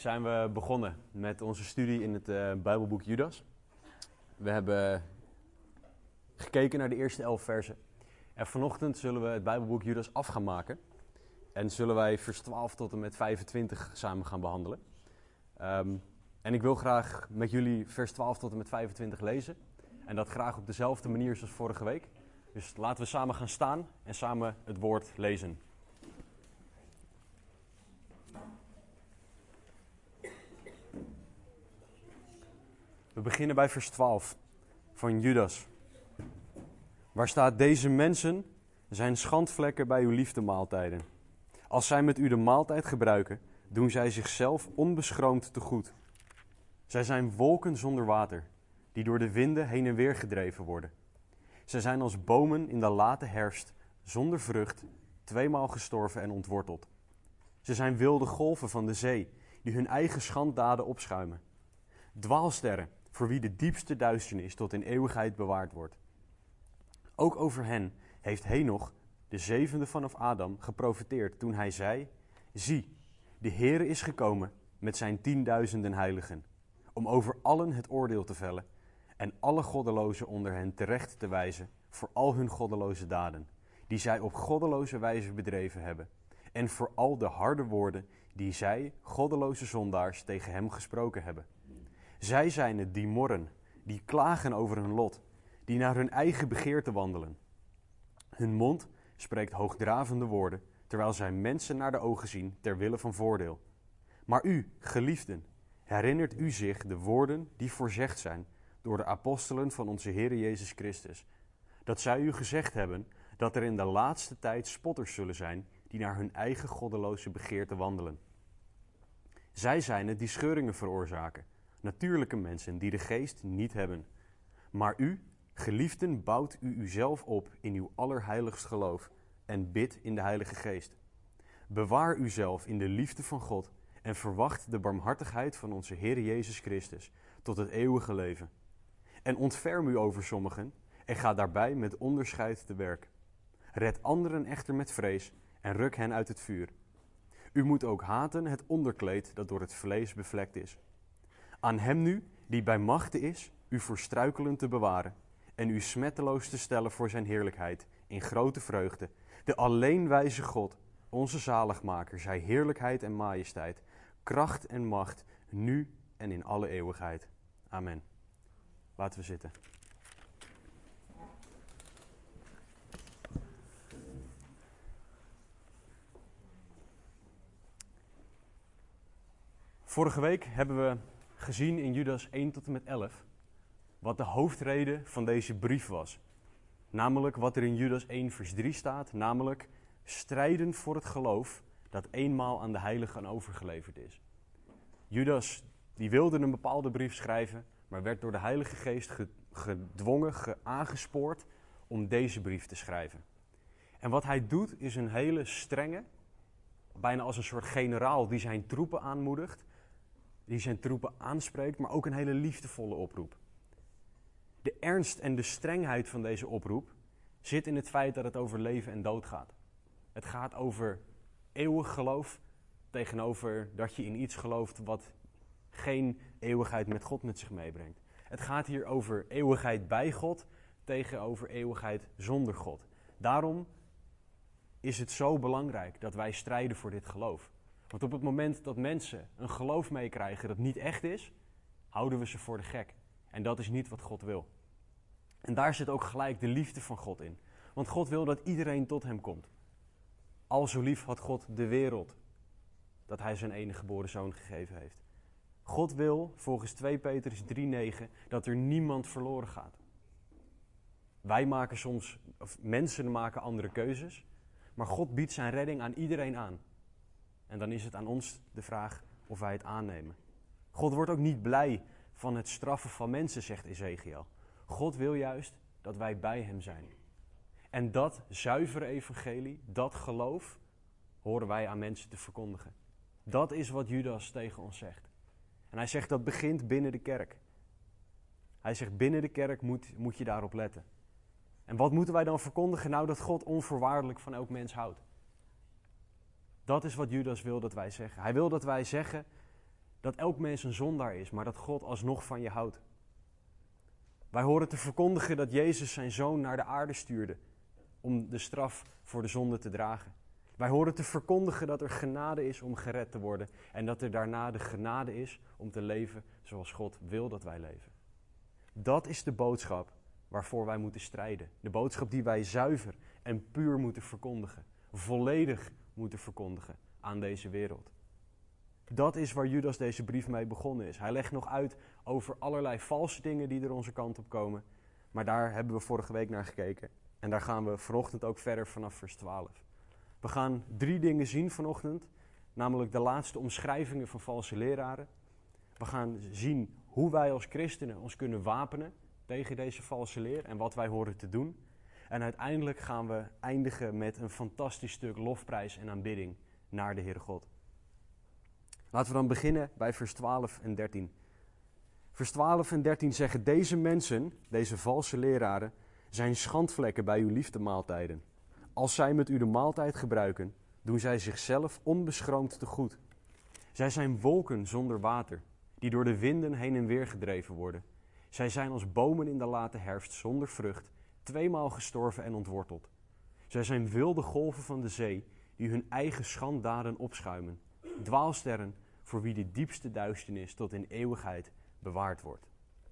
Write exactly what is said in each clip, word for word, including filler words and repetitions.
zijn we begonnen met onze studie in het uh, Bijbelboek Judas. We hebben gekeken naar de eerste elf versen. En vanochtend zullen we het Bijbelboek Judas af gaan maken. En zullen wij vers twaalf tot en met vijfentwintig samen gaan behandelen. Um, en ik wil graag met jullie vers twaalf tot en met vijfentwintig lezen. En dat graag op dezelfde manier zoals vorige week. Dus laten we samen gaan staan en samen het woord lezen. We beginnen bij vers twaalf van Judas. Waar staat: deze mensen zijn schandvlekken bij uw liefdemaaltijden. Als zij met u de maaltijd gebruiken, doen zij zichzelf onbeschroomd tegoed. Zij zijn wolken zonder water, die door de winden heen en weer gedreven worden. Zij zijn als bomen in de late herfst, zonder vrucht, tweemaal gestorven en ontworteld. Ze zijn wilde golven van de zee, die hun eigen schanddaden opschuimen. Dwaalsterren, voor wie de diepste duisternis tot in eeuwigheid bewaard wordt. Ook over hen heeft Henoch, de zevende vanaf Adam, geprofeteerd toen hij zei: zie, de Heere is gekomen met zijn tienduizenden heiligen, om over allen het oordeel te vellen en alle goddelozen onder hen terecht te wijzen voor al hun goddeloze daden, die zij op goddeloze wijze bedreven hebben, en voor al de harde woorden die zij, goddeloze zondaars, tegen hem gesproken hebben. Zij zijn het die morren, die klagen over hun lot, die naar hun eigen begeerte wandelen. Hun mond spreekt hoogdravende woorden, terwijl zij mensen naar de ogen zien ter wille van voordeel. Maar u, geliefden, herinnert u zich de woorden die voorzegd zijn door de apostelen van onze Heer Jezus Christus, dat zij u gezegd hebben dat er in de laatste tijd spotters zullen zijn die naar hun eigen goddeloze begeerte wandelen. Zij zijn het die scheuringen veroorzaken, natuurlijke mensen die de geest niet hebben. Maar u, geliefden, bouwt u uzelf op in uw allerheiligst geloof en bidt in de Heilige Geest. Bewaar uzelf in de liefde van God en verwacht de barmhartigheid van onze Heer Jezus Christus tot het eeuwige leven. En ontferm u over sommigen en ga daarbij met onderscheid te werk. Red anderen echter met vrees en ruk hen uit het vuur. U moet ook haten het onderkleed dat door het vlees bevlekt is. Aan hem nu, die bij machte is, u voor struikelen te bewaren en u smetteloos te stellen voor zijn heerlijkheid in grote vreugde, de alleen wijze God, onze zaligmaker, zij heerlijkheid en majesteit, kracht en macht, nu en in alle eeuwigheid. Amen. Laten we zitten. Vorige week hebben we gezien in Judas één tot en met elf wat de hoofdreden van deze brief was. Namelijk wat er in Judas één vers drie staat, namelijk strijden voor het geloof dat eenmaal aan de heiligen overgeleverd is. Judas die wilde een bepaalde brief schrijven, maar werd door de Heilige Geest gedwongen, ge- aangespoord om deze brief te schrijven. En wat hij doet is een hele strenge, bijna als een soort generaal die zijn troepen aanmoedigt, die zijn troepen aanspreekt, maar ook een hele liefdevolle oproep. De ernst en de strengheid van deze oproep zit in het feit dat het over leven en dood gaat. Het gaat over eeuwig geloof tegenover dat je in iets gelooft wat geen eeuwigheid met God met zich meebrengt. Het gaat hier over eeuwigheid bij God tegenover eeuwigheid zonder God. Daarom is het zo belangrijk dat wij strijden voor dit geloof. Want op het moment dat mensen een geloof meekrijgen dat niet echt is, houden we ze voor de gek. En dat is niet wat God wil. En daar zit ook gelijk de liefde van God in. Want God wil dat iedereen tot hem komt. Al zo lief had God de wereld, dat hij zijn enige geboren zoon gegeven heeft. God wil, volgens twee Petrus drie negen, dat er niemand verloren gaat. Wij maken soms, of mensen maken andere keuzes, maar God biedt zijn redding aan iedereen aan. En dan is het aan ons de vraag of wij het aannemen. God wordt ook niet blij van het straffen van mensen, zegt Ezekiel. God wil juist dat wij bij hem zijn. En dat zuivere evangelie, dat geloof, horen wij aan mensen te verkondigen. Dat is wat Judas tegen ons zegt. En hij zegt dat begint binnen de kerk. Hij zegt binnen de kerk moet, moet je daarop letten. En wat moeten wij dan verkondigen? Nou, dat God onvoorwaardelijk van elk mens houdt. Dat is wat Judas wil dat wij zeggen. Hij wil dat wij zeggen Dat elk mens een zondaar is, maar dat God alsnog van je houdt. Wij horen te verkondigen dat Jezus zijn zoon naar de aarde stuurde om de straf voor de zonde te dragen. Wij horen te verkondigen dat er genade is om gered te worden en dat er daarna de genade is om te leven zoals God wil dat wij leven. Dat is de boodschap waarvoor wij moeten strijden. De boodschap die wij zuiver en puur moeten verkondigen. Volledig moeten verkondigen aan deze wereld. Dat is waar Judas deze brief mee begonnen is. Hij legt nog uit over allerlei valse dingen die er onze kant op komen. Maar daar hebben we vorige week naar gekeken. En daar gaan we vanochtend ook verder vanaf vers twaalf. We gaan drie dingen zien vanochtend. Namelijk de laatste omschrijvingen van valse leraren. We gaan zien hoe wij als christenen ons kunnen wapenen tegen deze valse leer en wat wij horen te doen. En uiteindelijk gaan we eindigen met een fantastisch stuk lofprijs en aanbidding naar de Heere God. Laten we dan beginnen bij vers twaalf en dertien. Vers twaalf en dertien zeggen: deze mensen, deze valse leraren, zijn schandvlekken bij uw liefdemaaltijden. Als zij met u de maaltijd gebruiken, doen zij zichzelf onbeschroomd tegoed. Zij zijn wolken zonder water, die door de winden heen en weer gedreven worden. Zij zijn als bomen in de late herfst zonder vrucht, tweemaal gestorven en ontworteld. Zij zijn wilde golven van de zee, die hun eigen schanddaden opschuimen. Dwaalsterren voor wie de diepste duisternis tot in eeuwigheid bewaard wordt.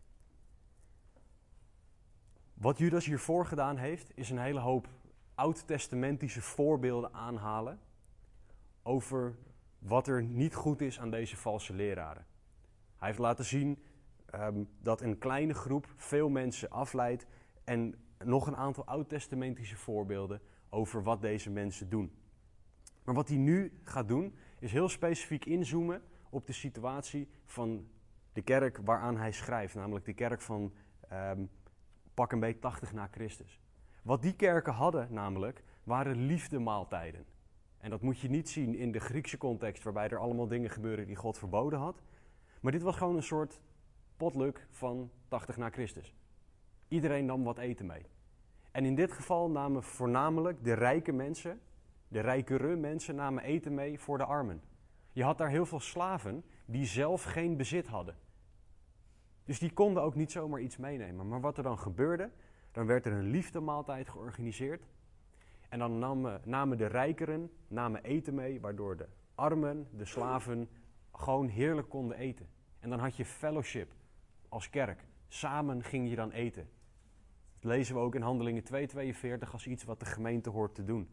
Wat Judas hiervoor gedaan heeft, is een hele hoop oud-testamentische voorbeelden aanhalen over wat er niet goed is aan deze valse leraren. Hij heeft laten zien um, dat een kleine groep veel mensen afleidt en nog een aantal oud-testamentische voorbeelden over wat deze mensen doen. Maar wat hij nu gaat doen, is heel specifiek inzoomen op de situatie van de kerk waaraan hij schrijft. Namelijk de kerk van um, pak een beetje tachtig na Christus. Wat die kerken hadden namelijk, waren liefdemaaltijden. En dat moet je niet zien in de Griekse context, waarbij er allemaal dingen gebeuren die God verboden had. Maar dit was gewoon een soort potluck van tachtig na Christus. Iedereen nam wat eten mee. En in dit geval namen voornamelijk de rijke mensen, de rijkere mensen, namen eten mee voor de armen. Je had daar heel veel slaven die zelf geen bezit hadden. Dus die konden ook niet zomaar iets meenemen. Maar wat er dan gebeurde, dan werd er een liefdemaaltijd georganiseerd. En dan namen, namen de rijkeren namen eten mee, waardoor de armen, de slaven, gewoon heerlijk konden eten. En dan had je fellowship als kerk. Samen ging je dan eten. Dat lezen we ook in Handelingen twee tweeënveertig als iets wat de gemeente hoort te doen.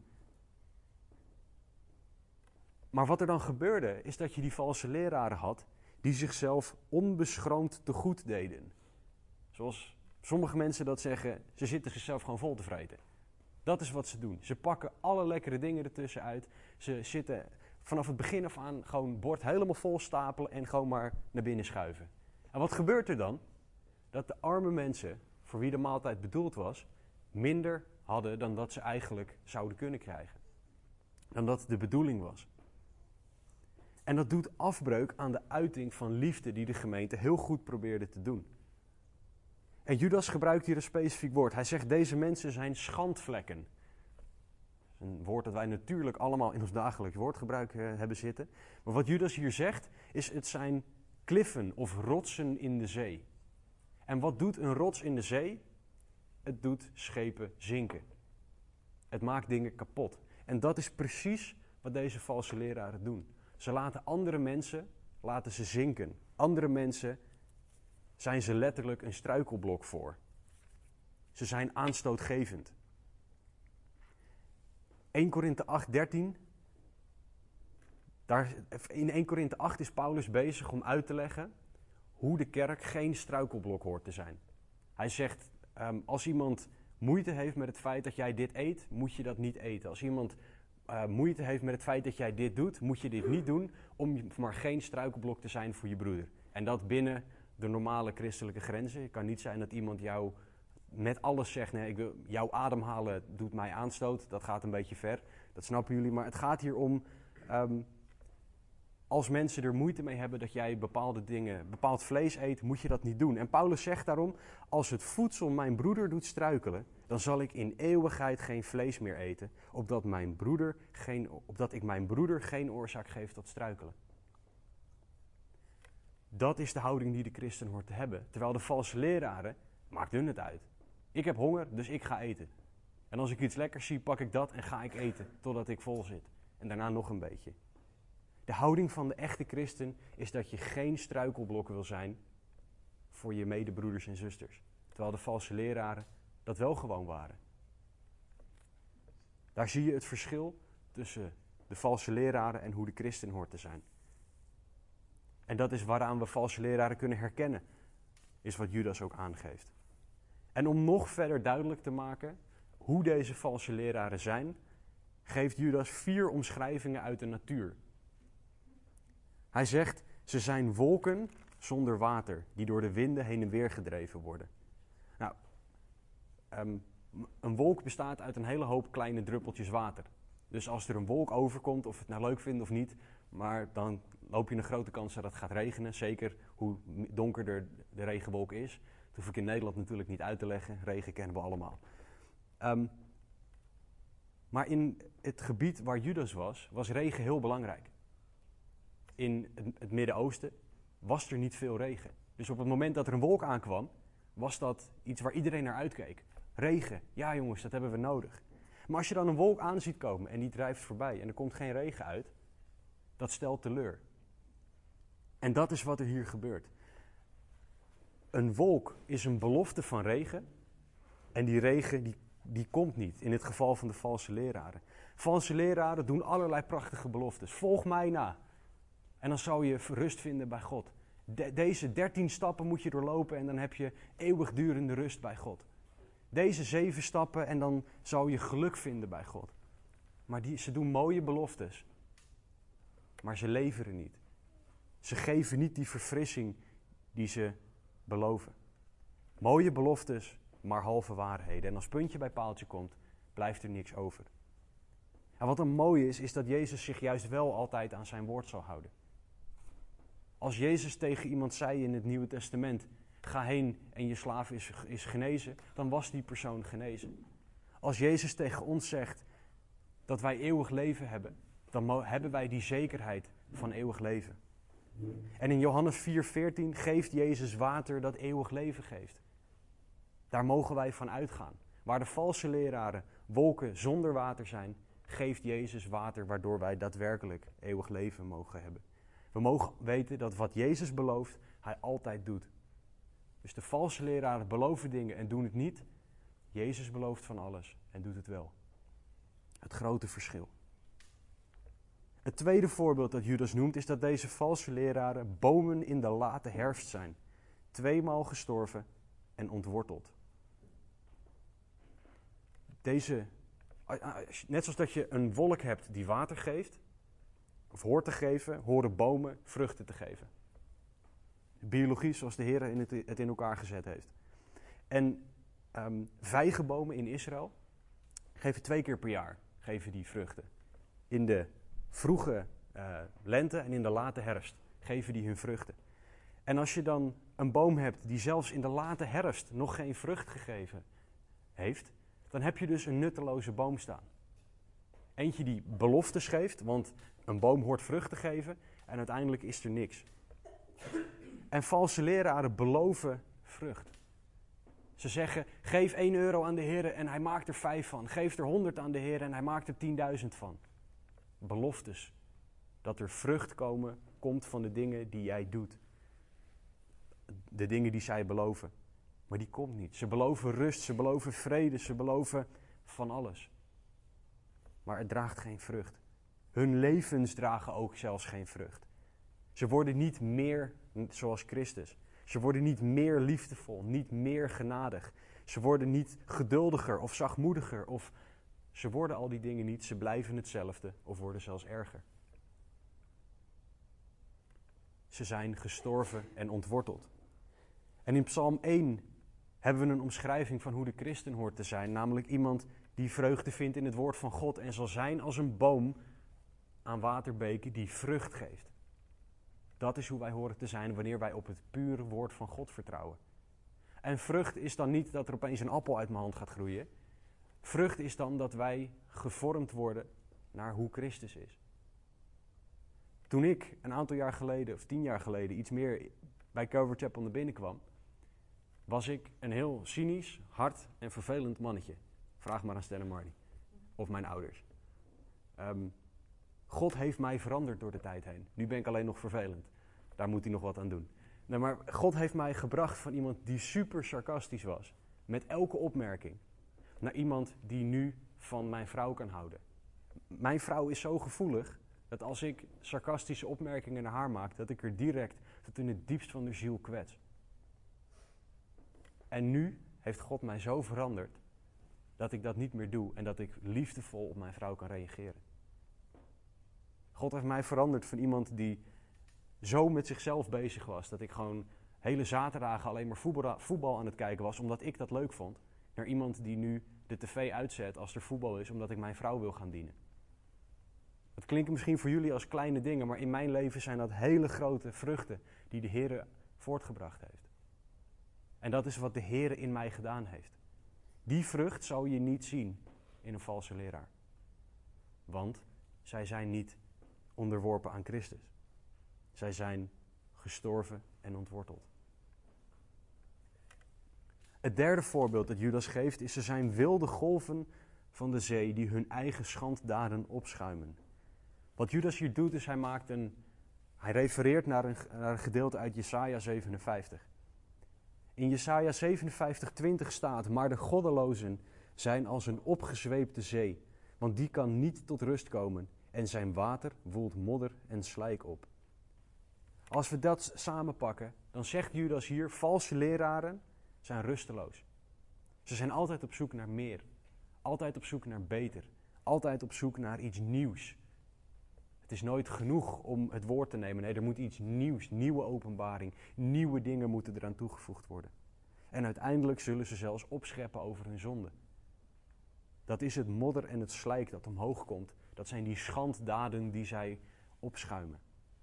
Maar wat er dan gebeurde, is dat je die valse leraren had die zichzelf onbeschroomd tegoed deden. Zoals sommige mensen dat zeggen, ze zitten zichzelf gewoon vol te vreten. Dat is wat ze doen. Ze pakken alle lekkere dingen ertussen uit. Ze zitten vanaf het begin af aan gewoon bord helemaal vol stapelen en gewoon maar naar binnen schuiven. En wat gebeurt er dan? Dat de arme mensen, voor wie de maaltijd bedoeld was, minder hadden dan dat ze eigenlijk zouden kunnen krijgen. Dan dat de bedoeling was. En dat doet afbreuk aan de uiting van liefde die de gemeente heel goed probeerde te doen. En Judas gebruikt hier een specifiek woord. Hij zegt, deze mensen zijn schandvlekken. Een woord dat wij natuurlijk allemaal in ons dagelijks woordgebruik uh, hebben zitten. Maar wat Judas hier zegt, is het zijn kliffen of rotsen in de zee. En wat doet een rots in de zee? Het doet schepen zinken. Het maakt dingen kapot. En dat is precies wat deze valse leraren doen. Ze laten andere mensen, laten ze zinken. Andere mensen zijn ze letterlijk een struikelblok voor. Ze zijn aanstootgevend. Eerste Korinthe acht dertien. Daar, in Eerste Korinthe acht is Paulus bezig om uit te leggen hoe de kerk geen struikelblok hoort te zijn. Hij zegt, um, als iemand moeite heeft met het feit dat jij dit eet, moet je dat niet eten. Als iemand uh, moeite heeft met het feit dat jij dit doet, moet je dit niet doen, om maar geen struikelblok te zijn voor je broeder. En dat binnen de normale christelijke grenzen. Het kan niet zijn dat iemand jou met alles zegt, nee, ik wil, jouw ademhalen doet mij aanstoot. Dat gaat een beetje ver, dat snappen jullie. Maar het gaat hier om, um, als mensen er moeite mee hebben dat jij bepaalde dingen, bepaald vlees eet, moet je dat niet doen. En Paulus zegt daarom, als het voedsel mijn broeder doet struikelen, dan zal ik in eeuwigheid geen vlees meer eten, opdat, mijn broeder geen, opdat ik mijn broeder geen oorzaak geef tot struikelen. Dat is de houding die de christen hoort te hebben. Terwijl de valse leraren, maakt hun het uit. Ik heb honger, dus ik ga eten. En als ik iets lekkers zie, pak ik dat en ga ik eten totdat ik vol zit. En daarna nog een beetje. De houding van de echte christen is dat je geen struikelblok wil zijn voor je medebroeders en zusters. Terwijl de valse leraren dat wel gewoon waren. Daar zie je het verschil tussen de valse leraren en hoe de christen hoort te zijn. En dat is waaraan we valse leraren kunnen herkennen, is wat Judas ook aangeeft. En om nog verder duidelijk te maken hoe deze valse leraren zijn, geeft Judas vier omschrijvingen uit de natuur. Hij zegt, ze zijn wolken zonder water, die door de winden heen en weer gedreven worden. Nou, um, een wolk bestaat uit een hele hoop kleine druppeltjes water. Dus als er een wolk overkomt, of je het nou leuk vindt of niet, maar dan loop je een grote kans dat het gaat regenen. Zeker hoe donkerder de regenwolk is. Dat hoef ik in Nederland natuurlijk niet uit te leggen. Regen kennen we allemaal. Um, maar in het gebied waar Judas was, was regen heel belangrijk. In het Midden-Oosten was er niet veel regen. Dus op het moment dat er een wolk aankwam, was dat iets waar iedereen naar uitkeek. Regen, ja jongens, dat hebben we nodig. Maar als je dan een wolk aan ziet komen en die drijft voorbij en er komt geen regen uit, dat stelt teleur. En dat is wat er hier gebeurt. Een wolk is een belofte van regen en die regen die, die komt niet, in het geval van de valse leraren. Valse leraren doen allerlei prachtige beloftes. Volg mij na en dan zal je rust vinden bij God. De, deze dertien stappen moet je doorlopen en dan heb je eeuwigdurende rust bij God. Deze zeven stappen en dan zal je geluk vinden bij God. Maar die, ze doen mooie beloftes. Maar ze leveren niet. Ze geven niet die verfrissing die ze beloven. Mooie beloftes, maar halve waarheden. En als puntje bij paaltje komt, blijft er niks over. En wat een mooie is, is dat Jezus zich juist wel altijd aan zijn woord zal houden. Als Jezus tegen iemand zei in het Nieuwe Testament, ga heen en je slaaf is, is genezen, dan was die persoon genezen. Als Jezus tegen ons zegt dat wij eeuwig leven hebben, dan mo- hebben wij die zekerheid van eeuwig leven. En in Johannes vier veertien geeft Jezus water dat eeuwig leven geeft. Daar mogen wij van uitgaan. Waar de valse leraren wolken zonder water zijn, geeft Jezus water waardoor wij daadwerkelijk eeuwig leven mogen hebben. We mogen weten dat wat Jezus belooft, hij altijd doet. Dus de valse leraren beloven dingen en doen het niet. Jezus belooft van alles en doet het wel. Het grote verschil. Het tweede voorbeeld dat Judas noemt is dat deze valse leraren bomen in de late herfst zijn. Tweemaal gestorven en ontworteld. Deze, net zoals dat je een wolk hebt die water geeft, of hoort te geven, horen bomen vruchten te geven. Biologie zoals de Heer het in elkaar gezet heeft. En um, vijgenbomen in Israël geven twee keer per jaar geven die vruchten. In de vroege uh, lente en in de late herfst geven die hun vruchten. En als je dan een boom hebt die zelfs in de late herfst nog geen vrucht gegeven heeft, dan heb je dus een nutteloze boom staan. Eentje die beloftes geeft, want een boom hoort vrucht te geven en uiteindelijk is er niks. En valse leraren beloven vrucht. Ze zeggen, geef één euro aan de Heer en hij maakt er vijf van. Geef er honderd aan de Heer en hij maakt er tienduizend van. Beloftes. Dat er vrucht komen, komt van de dingen die jij doet. De dingen die zij beloven. Maar die komt niet. Ze beloven rust, ze beloven vrede, ze beloven van alles. Maar het draagt geen vrucht. Hun levens dragen ook zelfs geen vrucht. Ze worden niet meer zoals Christus. Ze worden niet meer liefdevol, niet meer genadig. Ze worden niet geduldiger of zachtmoediger. Of ze worden al die dingen niet, ze blijven hetzelfde of worden zelfs erger. Ze zijn gestorven en ontworteld. En in Psalm één hebben we een omschrijving van hoe de christen hoort te zijn. Namelijk iemand die vreugde vindt in het woord van God en zal zijn als een boom aan waterbeken die vrucht geeft. Dat is hoe wij horen te zijn wanneer wij op het pure woord van God vertrouwen. En vrucht is dan niet dat er opeens een appel uit mijn hand gaat groeien. Vrucht is dan dat wij gevormd worden naar hoe Christus is. Toen ik een aantal jaar geleden, of tien jaar geleden, iets meer bij Calvary Chapel naar binnen kwam, was ik een heel cynisch, hard en vervelend mannetje. Vraag maar aan Stan en Marnie. Of mijn ouders. Um, God heeft mij veranderd door de tijd heen. Nu ben ik alleen nog vervelend. Daar moet hij nog wat aan doen. Nee, maar God heeft mij gebracht van iemand die super sarcastisch was. Met elke opmerking. Naar iemand die nu van mijn vrouw kan houden. Mijn vrouw is zo gevoelig dat als ik sarcastische opmerkingen naar haar maak, dat ik er direct tot in het diepst van de ziel kwets. En nu heeft God mij zo veranderd dat ik dat niet meer doe en dat ik liefdevol op mijn vrouw kan reageren. God heeft mij veranderd van iemand die zo met zichzelf bezig was, dat ik gewoon hele zaterdagen alleen maar voetbal, voetbal aan het kijken was, omdat ik dat leuk vond, naar iemand die nu de tv uitzet als er voetbal is, omdat ik mijn vrouw wil gaan dienen. Het klinkt misschien voor jullie als kleine dingen, maar in mijn leven zijn dat hele grote vruchten die de Heer voortgebracht heeft. En dat is wat de Heer in mij gedaan heeft. Die vrucht zal je niet zien in een valse leraar. Want zij zijn niet onderworpen aan Christus. Zij zijn gestorven en ontworteld. Het derde voorbeeld dat Judas geeft is: ze zijn wilde golven van de zee die hun eigen schanddaden opschuimen. Wat Judas hier doet is hij maakt een, hij refereert naar een, naar een gedeelte uit Jesaja zevenenvijftig. In Jesaja zevenenvijftig twintig staat: maar de goddelozen zijn als een opgezweepte zee, want die kan niet tot rust komen en zijn water woelt modder en slijk op. Als we dat samenpakken, dan zegt Judas hier: valse leraren zijn rusteloos. Ze zijn altijd op zoek naar meer. Altijd op zoek naar beter. Altijd op zoek naar iets nieuws. Het is nooit genoeg om het woord te nemen. Nee, er moet iets nieuws, nieuwe openbaring, nieuwe dingen moeten eraan toegevoegd worden. En uiteindelijk zullen ze zelfs opscheppen over hun zonde. Dat is het modder en het slijk dat omhoog komt. Dat zijn die schanddaden die zij opschuimen.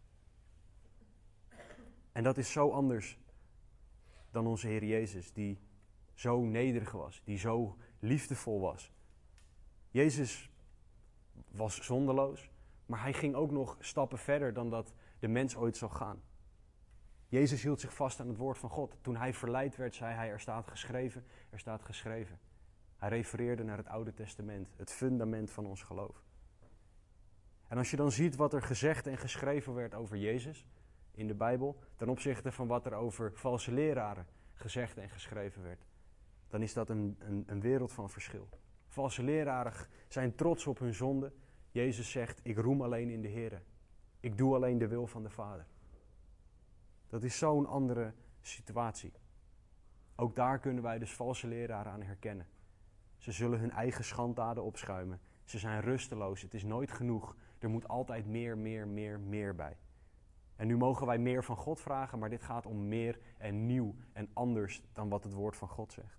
En dat is zo anders dan onze Heer Jezus, die zo nederig was, die zo liefdevol was. Jezus was zondeloos, maar hij ging ook nog stappen verder dan dat de mens ooit zou gaan. Jezus hield zich vast aan het woord van God. Toen hij verleid werd, zei hij: er staat geschreven, er staat geschreven. Hij refereerde naar het Oude Testament, het fundament van ons geloof. En als je dan ziet wat er gezegd en geschreven werd over Jezus in de Bijbel, ten opzichte van wat er over valse leraren gezegd en geschreven werd, dan is dat een, een, een wereld van verschil. Valse leraren zijn trots op hun zonde. Jezus zegt: ik roem alleen in de Here. Ik doe alleen de wil van de Vader. Dat is zo'n andere situatie. Ook daar kunnen wij dus valse leraren aan herkennen. Ze zullen hun eigen schanddaden opschuimen. Ze zijn rusteloos. Het is nooit genoeg. Er moet altijd meer, meer, meer, meer bij. En nu mogen wij meer van God vragen, maar dit gaat om meer en nieuw en anders dan wat het woord van God zegt.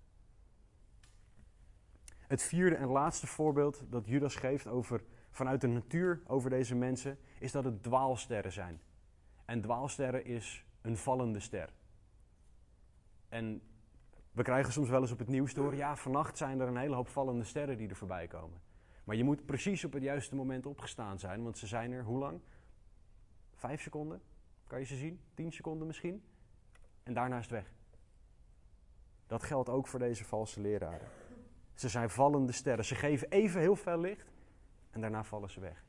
Het vierde en laatste voorbeeld dat Judas geeft over, vanuit de natuur over deze mensen, is dat het dwaalsterren zijn. En dwaalsterren is een vallende ster. En we krijgen soms wel eens op het nieuws te horen: ja, vannacht zijn er een hele hoop vallende sterren die er voorbij komen. Maar je moet precies op het juiste moment opgestaan zijn, want ze zijn er, hoe lang? Vijf seconden? Kan je ze zien? Tien seconden misschien? En daarna is het weg. Dat geldt ook voor deze valse leraren. Ze zijn vallende sterren. Ze geven even heel veel licht en daarna vallen ze weg.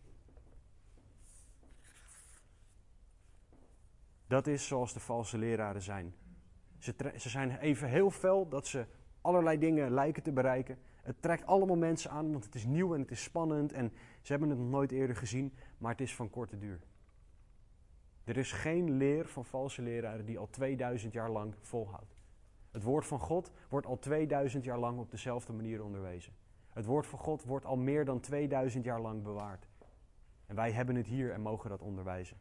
Dat is zoals de valse leraren zijn. Ze, tre- ze zijn even heel fel dat ze allerlei dingen lijken te bereiken. Het trekt allemaal mensen aan, want het is nieuw en het is spannend en ze hebben het nog nooit eerder gezien, maar het is van korte duur. Er is geen leer van valse leraren die al tweeduizend jaar lang volhoudt. Het woord van God wordt al tweeduizend jaar lang op dezelfde manier onderwezen. Het woord van God wordt al meer dan tweeduizend jaar lang bewaard. En wij hebben het hier en mogen dat onderwijzen.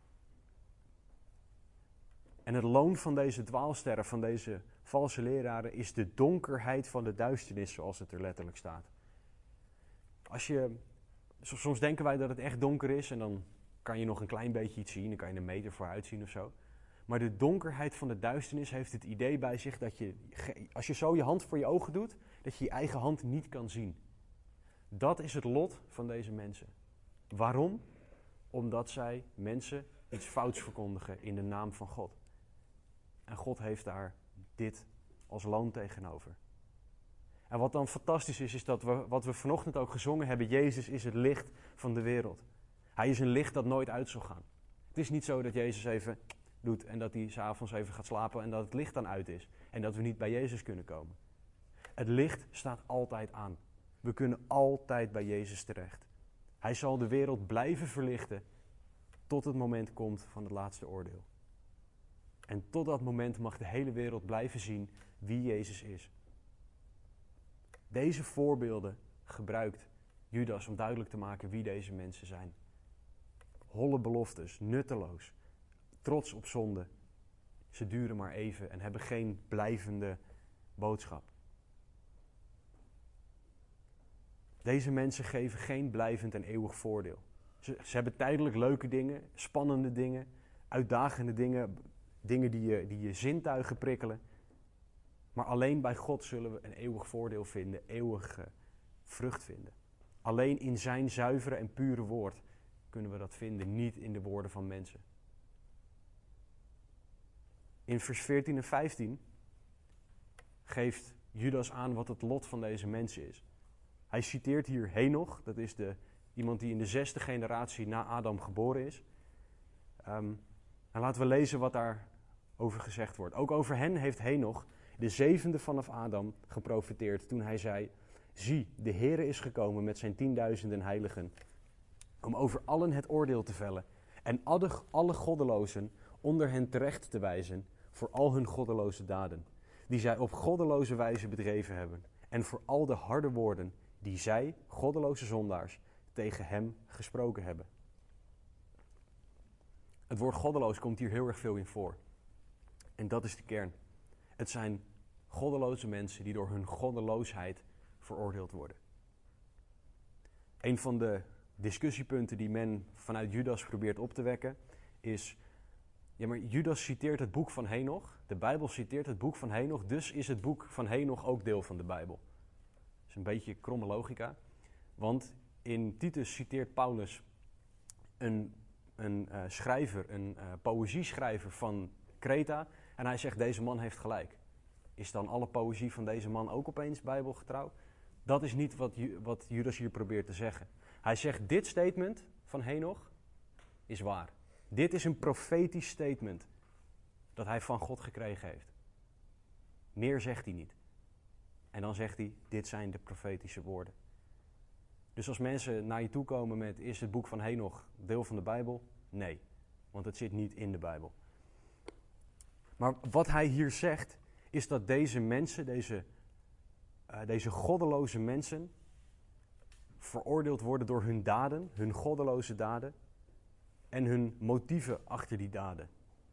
En het loon van deze dwaalsterren, van deze valse leraren, is de donkerheid van de duisternis, zoals het er letterlijk staat. Als je, soms denken wij dat het echt donker is en dan kan je nog een klein beetje iets zien, dan kan je een meter vooruit zien of zo. Maar de donkerheid van de duisternis heeft het idee bij zich dat je, als je zo je hand voor je ogen doet, dat je je eigen hand niet kan zien. Dat is het lot van deze mensen. Waarom? omdat zij mensen iets fouts verkondigen in de naam van God. En God heeft daar dit als loon tegenover. En wat dan fantastisch is, is dat we, wat we vanochtend ook gezongen hebben, Jezus is het licht van de wereld. Hij is een licht dat nooit uit zal gaan. Het is niet zo dat Jezus even doet en dat hij 's avonds even gaat slapen en dat het licht dan uit is. En dat we niet bij Jezus kunnen komen. Het licht staat altijd aan. We kunnen altijd bij Jezus terecht. Hij zal de wereld blijven verlichten tot het moment komt van het laatste oordeel. En tot dat moment mag de hele wereld blijven zien wie Jezus is. Deze voorbeelden gebruikt Judas om duidelijk te maken wie deze mensen zijn. Holle beloftes, nutteloos, trots op zonde. Ze duren maar even en hebben geen blijvende boodschap. Deze mensen geven geen blijvend en eeuwig voordeel. Ze, ze hebben tijdelijk leuke dingen, spannende dingen, uitdagende dingen, dingen die je, die je zintuigen prikkelen. Maar alleen bij God zullen we een eeuwig voordeel vinden, eeuwige vrucht vinden. Alleen in zijn zuivere en pure woord kunnen we dat vinden, niet in de woorden van mensen. In vers veertien en vijftien geeft Judas aan wat het lot van deze mensen is. Hij citeert hier Henoch, dat is de, iemand die in de zesde generatie na Adam geboren is. Um, en laten we lezen wat daarover gezegd wordt. Ook over hen heeft Henoch, de zevende vanaf Adam, geprofeteerd toen hij zei: zie, de Heere is gekomen met zijn tienduizenden heiligen, om over allen het oordeel te vellen en alle, alle goddelozen onder hen terecht te wijzen voor al hun goddeloze daden, die zij op goddeloze wijze bedreven hebben, en voor al de harde woorden die zij, goddeloze zondaars, tegen hem gesproken hebben. Het woord goddeloos komt hier heel erg veel in voor. En dat is de kern. Het zijn goddeloze mensen die door hun goddeloosheid veroordeeld worden. Een van de discussiepunten die men vanuit Judas probeert op te wekken is: ja, maar Judas citeert het boek van Henoch. De Bijbel citeert het boek van Henoch, dus is het boek van Henoch ook deel van de Bijbel. Dat is een beetje kromme logica. Want in Titus citeert Paulus een, een uh, schrijver, een uh, poëzieschrijver van Kreta. En hij zegt, deze man heeft gelijk. Is dan alle poëzie van deze man ook opeens bijbelgetrouw? Dat is niet wat, wat Judas hier probeert te zeggen. Hij zegt, dit statement van Henoch is waar. Dit is een profetisch statement dat hij van God gekregen heeft. Meer zegt hij niet. En dan zegt hij, dit zijn de profetische woorden. Dus als mensen naar je toe komen met, is het boek van Henoch deel van de Bijbel? Nee, want het zit niet in de Bijbel. Maar wat hij hier zegt, is dat deze mensen, deze, uh, deze goddeloze mensen, veroordeeld worden door hun daden, hun goddeloze daden, en hun motieven achter die daden.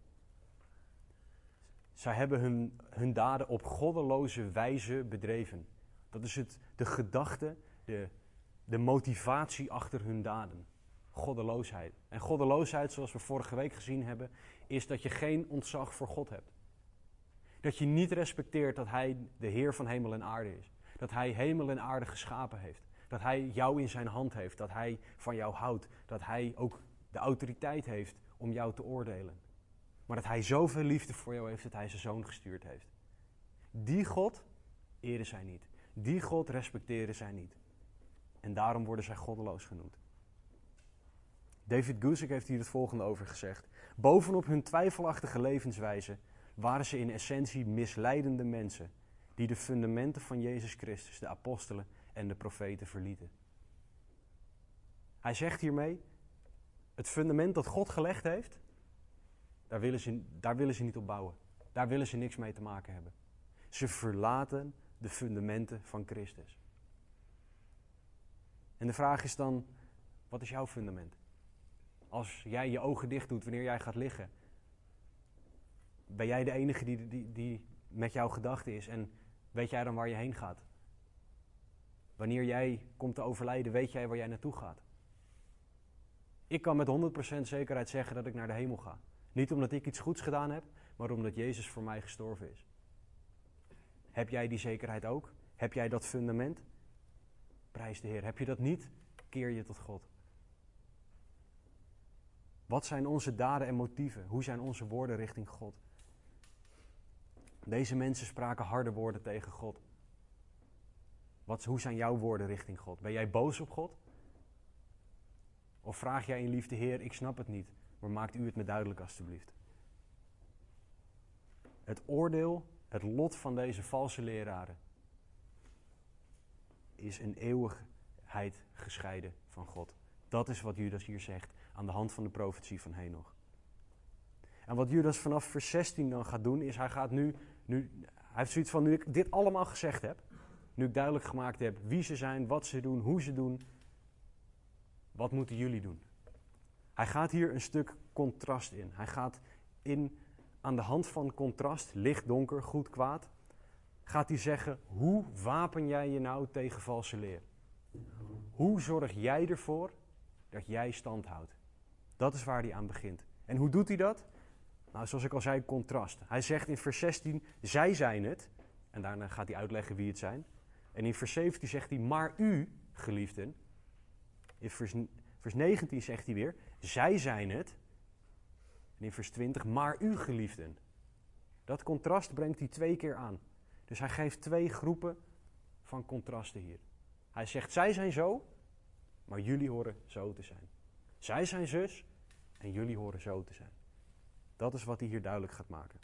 Zij hebben hun, hun daden op goddeloze wijze bedreven. Dat is het, de gedachte, de, de motivatie achter hun daden. Goddeloosheid. En goddeloosheid, zoals we vorige week gezien hebben, is dat je geen ontzag voor God hebt. Dat je niet respecteert dat Hij de Heer van hemel en aarde is. Dat Hij hemel en aarde geschapen heeft. Dat Hij jou in zijn hand heeft. Dat Hij van jou houdt. Dat Hij ook de autoriteit heeft om jou te oordelen. Maar dat Hij zoveel liefde voor jou heeft dat Hij zijn zoon gestuurd heeft. Die God eren zij niet. Die God respecteren zij niet. En daarom worden zij goddeloos genoemd. David Guzik heeft hier het volgende over gezegd. Bovenop hun twijfelachtige levenswijze waren ze in essentie misleidende mensen die de fundamenten van Jezus Christus, de apostelen en de profeten verlieten. Hij zegt hiermee, het fundament dat God gelegd heeft, daar willen ze, daar willen ze niet op bouwen. Daar willen ze niks mee te maken hebben. Ze verlaten de fundamenten van Christus. En de vraag is dan, wat is jouw fundament? Als jij je ogen dicht doet wanneer jij gaat liggen, ben jij de enige die, die, die met jouw gedachten is en weet jij dan waar je heen gaat? Wanneer jij komt te overlijden, weet jij waar jij naartoe gaat? Ik kan met honderd procent zekerheid zeggen dat ik naar de hemel ga. Niet omdat ik iets goeds gedaan heb, maar omdat Jezus voor mij gestorven is. Heb jij die zekerheid ook? Heb jij dat fundament? Prijs de Heer. Heb je dat niet? Keer je tot God. Wat zijn onze daden en motieven? Hoe zijn onze woorden richting God? Deze mensen spraken harde woorden tegen God. Wat, hoe zijn jouw woorden richting God? Ben jij boos op God? Of vraag jij in liefde, Heer, ik snap het niet, maar maakt u het me duidelijk alstublieft. Het oordeel, het lot van deze valse leraren is een eeuwigheid gescheiden van God. Dat is wat Judas hier zegt aan de hand van de profetie van Henoch. En wat Judas vanaf vers zestien dan gaat doen, is hij gaat nu, nu hij heeft zoiets van, nu ik dit allemaal gezegd heb, nu ik duidelijk gemaakt heb wie ze zijn, wat ze doen, hoe ze doen, wat moeten jullie doen? Hij gaat hier een stuk contrast in. Hij gaat in, aan de hand van contrast, licht, donker, goed, kwaad, gaat hij zeggen, hoe wapen jij je nou tegen valse leer? Hoe zorg jij ervoor dat jij stand houdt? Dat is waar hij aan begint. En hoe doet hij dat? Nou, zoals ik al zei, contrast. Hij zegt in vers zestien, zij zijn het. En daarna gaat hij uitleggen wie het zijn. En in vers zeventien zegt hij, maar u, geliefden. In vers, vers negentien zegt hij weer, zij zijn het. En in vers twintig, maar u, geliefden. Dat contrast brengt hij twee keer aan. Dus hij geeft twee groepen van contrasten hier. Hij zegt, zij zijn zo, maar jullie horen zo te zijn. Zij zijn zus en jullie horen zo te zijn. Dat is wat hij hier duidelijk gaat maken.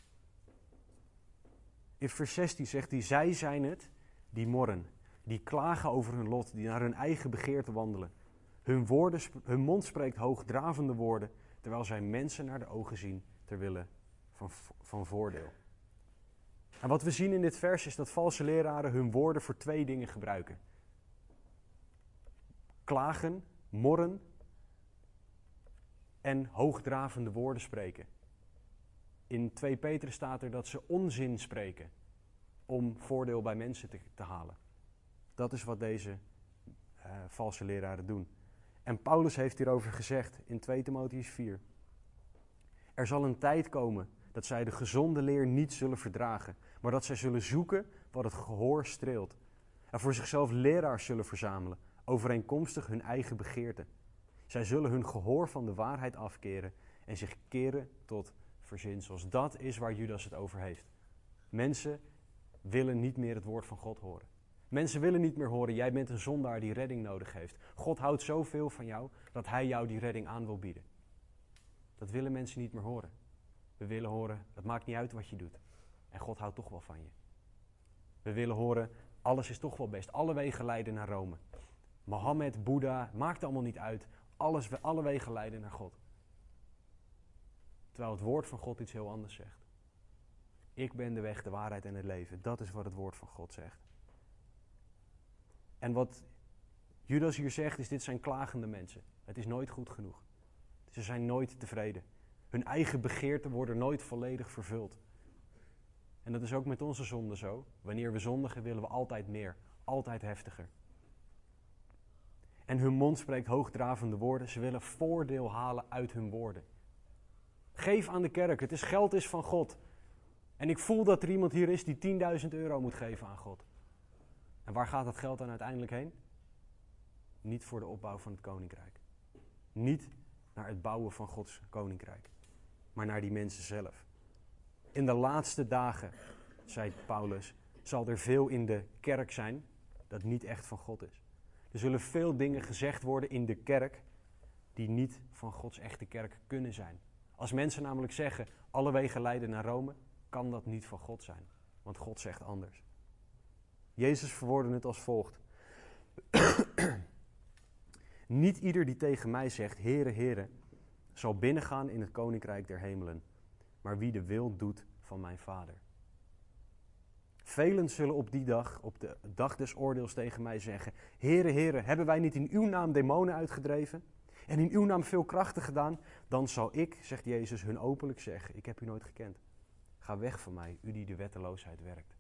In vers zestien zegt hij, zij zijn het die morren, die klagen over hun lot, die naar hun eigen begeerte wandelen. Hun, woorden, hun mond spreekt hoogdravende woorden, terwijl zij mensen naar de ogen zien ter wille van, van voordeel. En wat we zien in dit vers is dat valse leraren hun woorden voor twee dingen gebruiken. Klagen, morren en hoogdravende woorden spreken. In twee Petrus staat er dat ze onzin spreken om voordeel bij mensen te, te halen. Dat is wat deze uh, valse leraren doen. En Paulus heeft hierover gezegd in twee Timotheüs vier. Er zal een tijd komen dat zij de gezonde leer niet zullen verdragen, maar dat zij zullen zoeken wat het gehoor streelt. En voor zichzelf leraars zullen verzamelen, overeenkomstig hun eigen begeerte. Zij zullen hun gehoor van de waarheid afkeren en zich keren tot verzinsels. Dat is waar Judas het over heeft. Mensen willen niet meer het woord van God horen. Mensen willen niet meer horen, jij bent een zondaar die redding nodig heeft. God houdt zoveel van jou dat hij jou die redding aan wil bieden. Dat willen mensen niet meer horen. We willen horen, het maakt niet uit wat je doet. En God houdt toch wel van je. We willen horen, alles is toch wel best. Alle wegen leiden naar Rome. Mohammed, Boeddha, maakt allemaal niet uit. Alles, alle wegen leiden naar God. Terwijl het woord van God iets heel anders zegt. Ik ben de weg, de waarheid en het leven. Dat is wat het woord van God zegt. En wat Judas hier zegt is, dit zijn klagende mensen. Het is nooit goed genoeg. Ze zijn nooit tevreden. Hun eigen begeerten worden nooit volledig vervuld. En dat is ook met onze zonde zo. Wanneer we zondigen willen we altijd meer. Altijd heftiger. En hun mond spreekt hoogdravende woorden. Ze willen voordeel halen uit hun woorden. Geef aan de kerk. Het is geld is van God. En ik voel dat er iemand hier is die tienduizend euro moet geven aan God. En waar gaat dat geld dan uiteindelijk heen? Niet voor de opbouw van het koninkrijk. Niet naar het bouwen van Gods koninkrijk. Maar naar die mensen zelf. In de laatste dagen, zei Paulus, zal er veel in de kerk zijn dat niet echt van God is. Er zullen veel dingen gezegd worden in de kerk die niet van Gods echte kerk kunnen zijn. Als mensen namelijk zeggen, alle wegen leiden naar Rome, kan dat niet van God zijn. Want God zegt anders. Jezus verwoordde het als volgt. Niet ieder die tegen mij zegt, Heere, Heere, zal binnengaan in het koninkrijk der hemelen, maar wie de wil doet van mijn Vader. Velen zullen op die dag, op de dag des oordeels tegen mij zeggen, Heere, Heere, hebben wij niet in uw naam demonen uitgedreven en in uw naam veel krachten gedaan? Dan zal ik, zegt Jezus, hun openlijk zeggen, ik heb u nooit gekend. Ga weg van mij, u die de wetteloosheid werkt.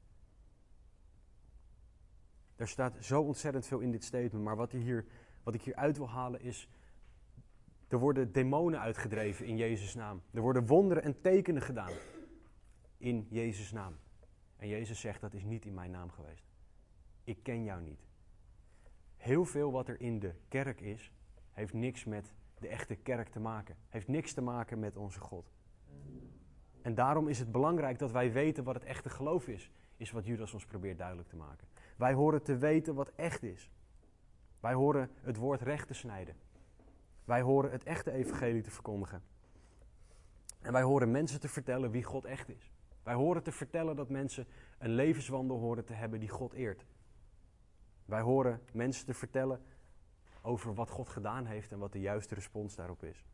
Er staat zo ontzettend veel in dit statement, maar wat, hier, wat ik hier uit wil halen is, er worden demonen uitgedreven in Jezus' naam. Er worden wonderen en tekenen gedaan in Jezus' naam. En Jezus zegt, dat is niet in mijn naam geweest. Ik ken jou niet. Heel veel wat er in de kerk is, heeft niks met de echte kerk te maken. Heeft niks te maken met onze God. En daarom is het belangrijk dat wij weten wat het echte geloof is. Is wat Judas ons probeert duidelijk te maken. Wij horen te weten wat echt is. Wij horen het woord recht te snijden. Wij horen het echte evangelie te verkondigen. En wij horen mensen te vertellen wie God echt is. Wij horen te vertellen dat mensen een levenswandel horen te hebben die God eert. Wij horen mensen te vertellen over wat God gedaan heeft en wat de juiste respons daarop is.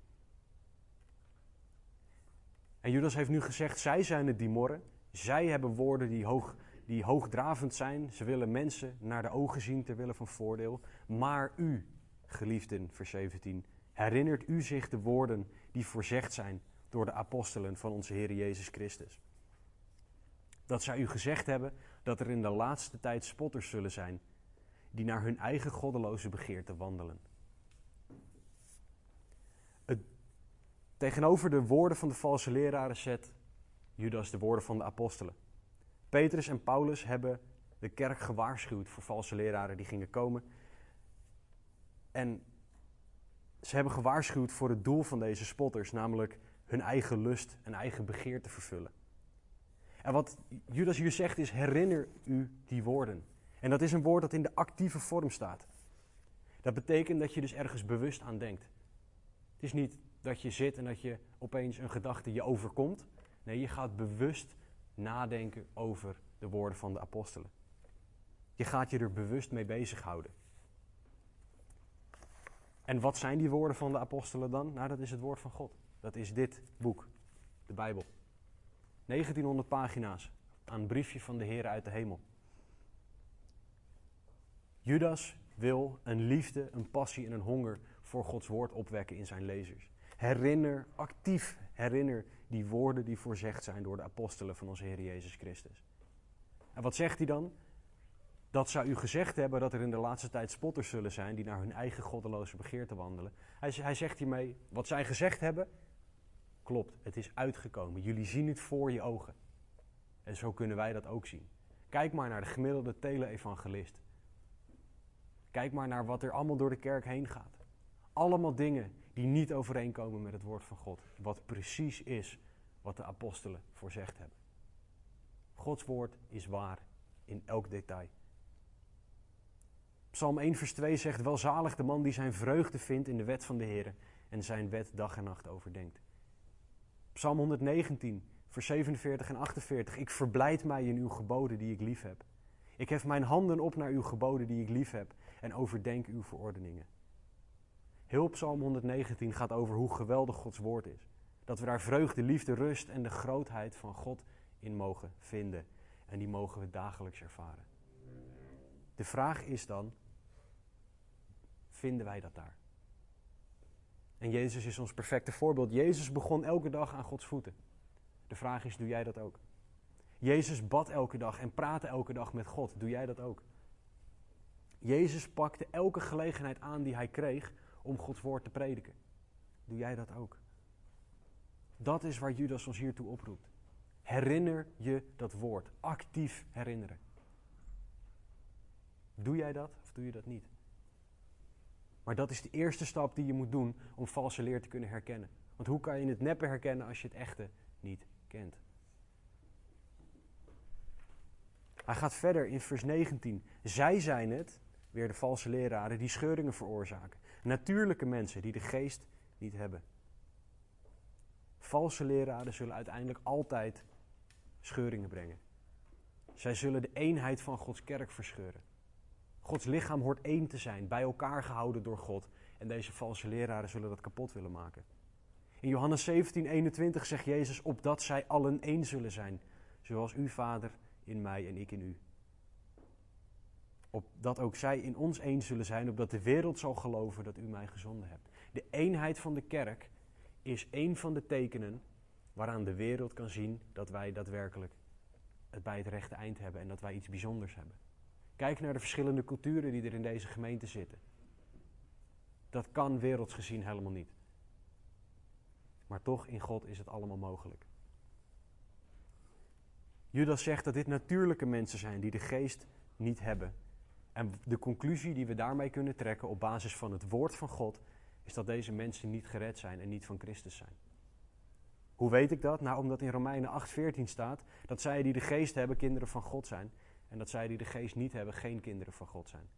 En Judas heeft nu gezegd, zij zijn het die morren. Zij hebben woorden die, hoog, die hoogdravend zijn. Ze willen mensen naar de ogen zien ter wille van voordeel. Maar u, geliefden, vers zeventien, herinnert u zich de woorden die voorzegd zijn door de apostelen van onze Heer Jezus Christus. Dat zij u gezegd hebben dat er in de laatste tijd spotters zullen zijn, die naar hun eigen goddeloze begeerte wandelen. Het, tegenover de woorden van de valse leraren zet Judas de woorden van de apostelen. Petrus en Paulus hebben de kerk gewaarschuwd voor valse leraren die gingen komen. En ze hebben gewaarschuwd voor het doel van deze spotters, namelijk hun eigen lust en eigen begeerte vervullen. En wat Judas hier zegt is, herinner u die woorden. En dat is een woord dat in de actieve vorm staat. Dat betekent dat je dus ergens bewust aan denkt. Het is niet dat je zit en dat je opeens een gedachte je overkomt. Nee, je gaat bewust nadenken over de woorden van de apostelen. Je gaat je er bewust mee bezighouden. En wat zijn die woorden van de apostelen dan? Nou, dat is het woord van God. Dat is dit boek, de Bijbel. negentienhonderd pagina's aan een briefje van de Heer uit de hemel. Judas wil een liefde, een passie en een honger voor Gods woord opwekken in zijn lezers. Herinner, actief herinner die woorden die voorzegd zijn door de apostelen van onze Heer Jezus Christus. En wat zegt hij dan? Dat zou u gezegd hebben dat er in de laatste tijd spotters zullen zijn die naar hun eigen goddeloze begeerte wandelen. Hij, hij zegt hiermee, wat zij gezegd hebben, klopt, het is uitgekomen. Jullie zien het voor je ogen. En zo kunnen wij dat ook zien. Kijk maar naar de gemiddelde tele-evangelist. Kijk maar naar wat er allemaal door de kerk heen gaat. Allemaal dingen die niet overeenkomen met het woord van God. Wat precies is wat de apostelen voorzegd hebben. Gods woord is waar in elk detail. Psalm één vers twee zegt, welzalig de man die zijn vreugde vindt in de wet van de Heer en zijn wet dag en nacht overdenkt. Psalm honderdnegentien vers zevenenveertig en achtenveertig, ik verblijd mij in uw geboden die ik lief heb. Ik hef mijn handen op naar uw geboden die ik lief heb en overdenk uw verordeningen. Heel Psalm honderdnegentien gaat over hoe geweldig Gods woord is. Dat we daar vreugde, liefde, rust en de grootheid van God in mogen vinden. En die mogen we dagelijks ervaren. De vraag is dan, vinden wij dat daar? En Jezus is ons perfecte voorbeeld. Jezus begon elke dag aan Gods voeten. De vraag is, doe jij dat ook? Jezus bad elke dag en praatte elke dag met God. Doe jij dat ook? Jezus pakte elke gelegenheid aan die hij kreeg om Gods woord te prediken. Doe jij dat ook? Dat is waar Judas ons hiertoe oproept. Herinner je dat woord. Actief herinneren. Doe jij dat of doe je dat niet? Maar dat is de eerste stap die je moet doen om valse leer te kunnen herkennen. Want hoe kan je het neppe herkennen als je het echte niet kent? Hij gaat verder in vers negentien. Zij zijn het, weer de valse leraren, die scheuringen veroorzaken. Natuurlijke mensen die de geest niet hebben. Valse leraren zullen uiteindelijk altijd scheuringen brengen. Zij zullen de eenheid van Gods kerk verscheuren. Gods lichaam hoort één te zijn, bij elkaar gehouden door God. En deze valse leraren zullen dat kapot willen maken. In Johannes zeventien eenentwintig zegt Jezus, opdat zij allen één zullen zijn. Zoals u, Vader, in mij en ik in u. Opdat ook zij in ons één zullen zijn, opdat de wereld zal geloven dat u mij gezonden hebt. De eenheid van de kerk is één van de tekenen waaraan de wereld kan zien dat wij daadwerkelijk het bij het rechte eind hebben en dat wij iets bijzonders hebben. Kijk naar de verschillende culturen die er in deze gemeente zitten. Dat kan werelds gezien helemaal niet. Maar toch, in God is het allemaal mogelijk. Judas zegt dat dit natuurlijke mensen zijn die de geest niet hebben. En de conclusie die we daarmee kunnen trekken op basis van het woord van God, is dat deze mensen niet gered zijn en niet van Christus zijn. Hoe weet ik dat? Nou, omdat in Romeinen acht veertien staat dat zij die de geest hebben kinderen van God zijn en dat zij die de geest niet hebben geen kinderen van God zijn.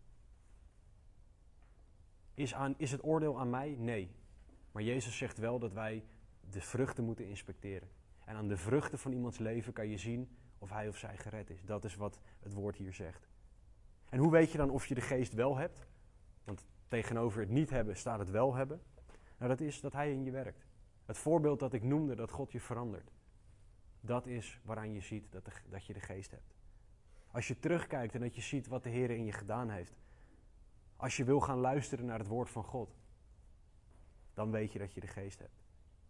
Is, aan, is het oordeel aan mij? Nee. Maar Jezus zegt wel dat wij de vruchten moeten inspecteren. En aan de vruchten van iemands leven kan je zien of hij of zij gered is. Dat is wat het woord hier zegt. En hoe weet je dan of je de geest wel hebt? Want tegenover het niet hebben staat het wel hebben. Nou, dat is dat hij in je werkt. Het voorbeeld dat ik noemde, dat God je verandert. Dat is waaraan je ziet dat, de, dat je de geest hebt. Als je terugkijkt en dat je ziet wat de Heer in je gedaan heeft. Als je wil gaan luisteren naar het woord van God. Dan weet je dat je de geest hebt.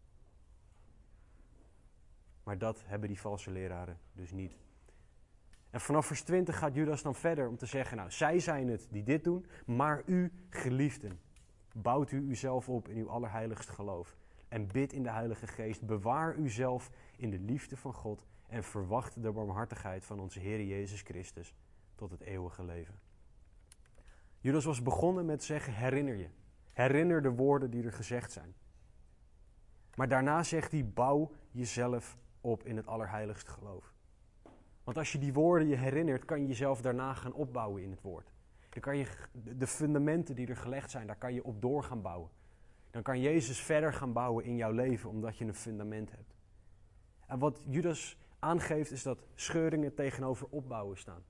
Maar dat hebben die valse leraren dus niet. En vanaf vers twintig gaat Judas dan verder om te zeggen, nou, zij zijn het die dit doen, maar u, geliefden, bouwt u uzelf op in uw allerheiligst geloof. En bid in de Heilige Geest, bewaar uzelf in de liefde van God en verwacht de barmhartigheid van onze Heer Jezus Christus tot het eeuwige leven. Judas was begonnen met zeggen, herinner je. Herinner de woorden die er gezegd zijn. Maar daarna zegt hij, bouw jezelf op in het allerheiligst geloof. Want als je die woorden je herinnert, kan je jezelf daarna gaan opbouwen in het woord. Dan kan je de fundamenten die er gelegd zijn, daar kan je op door gaan bouwen. Dan kan Jezus verder gaan bouwen in jouw leven, omdat je een fundament hebt. En wat Judas aangeeft, is dat scheuringen tegenover opbouwen staan.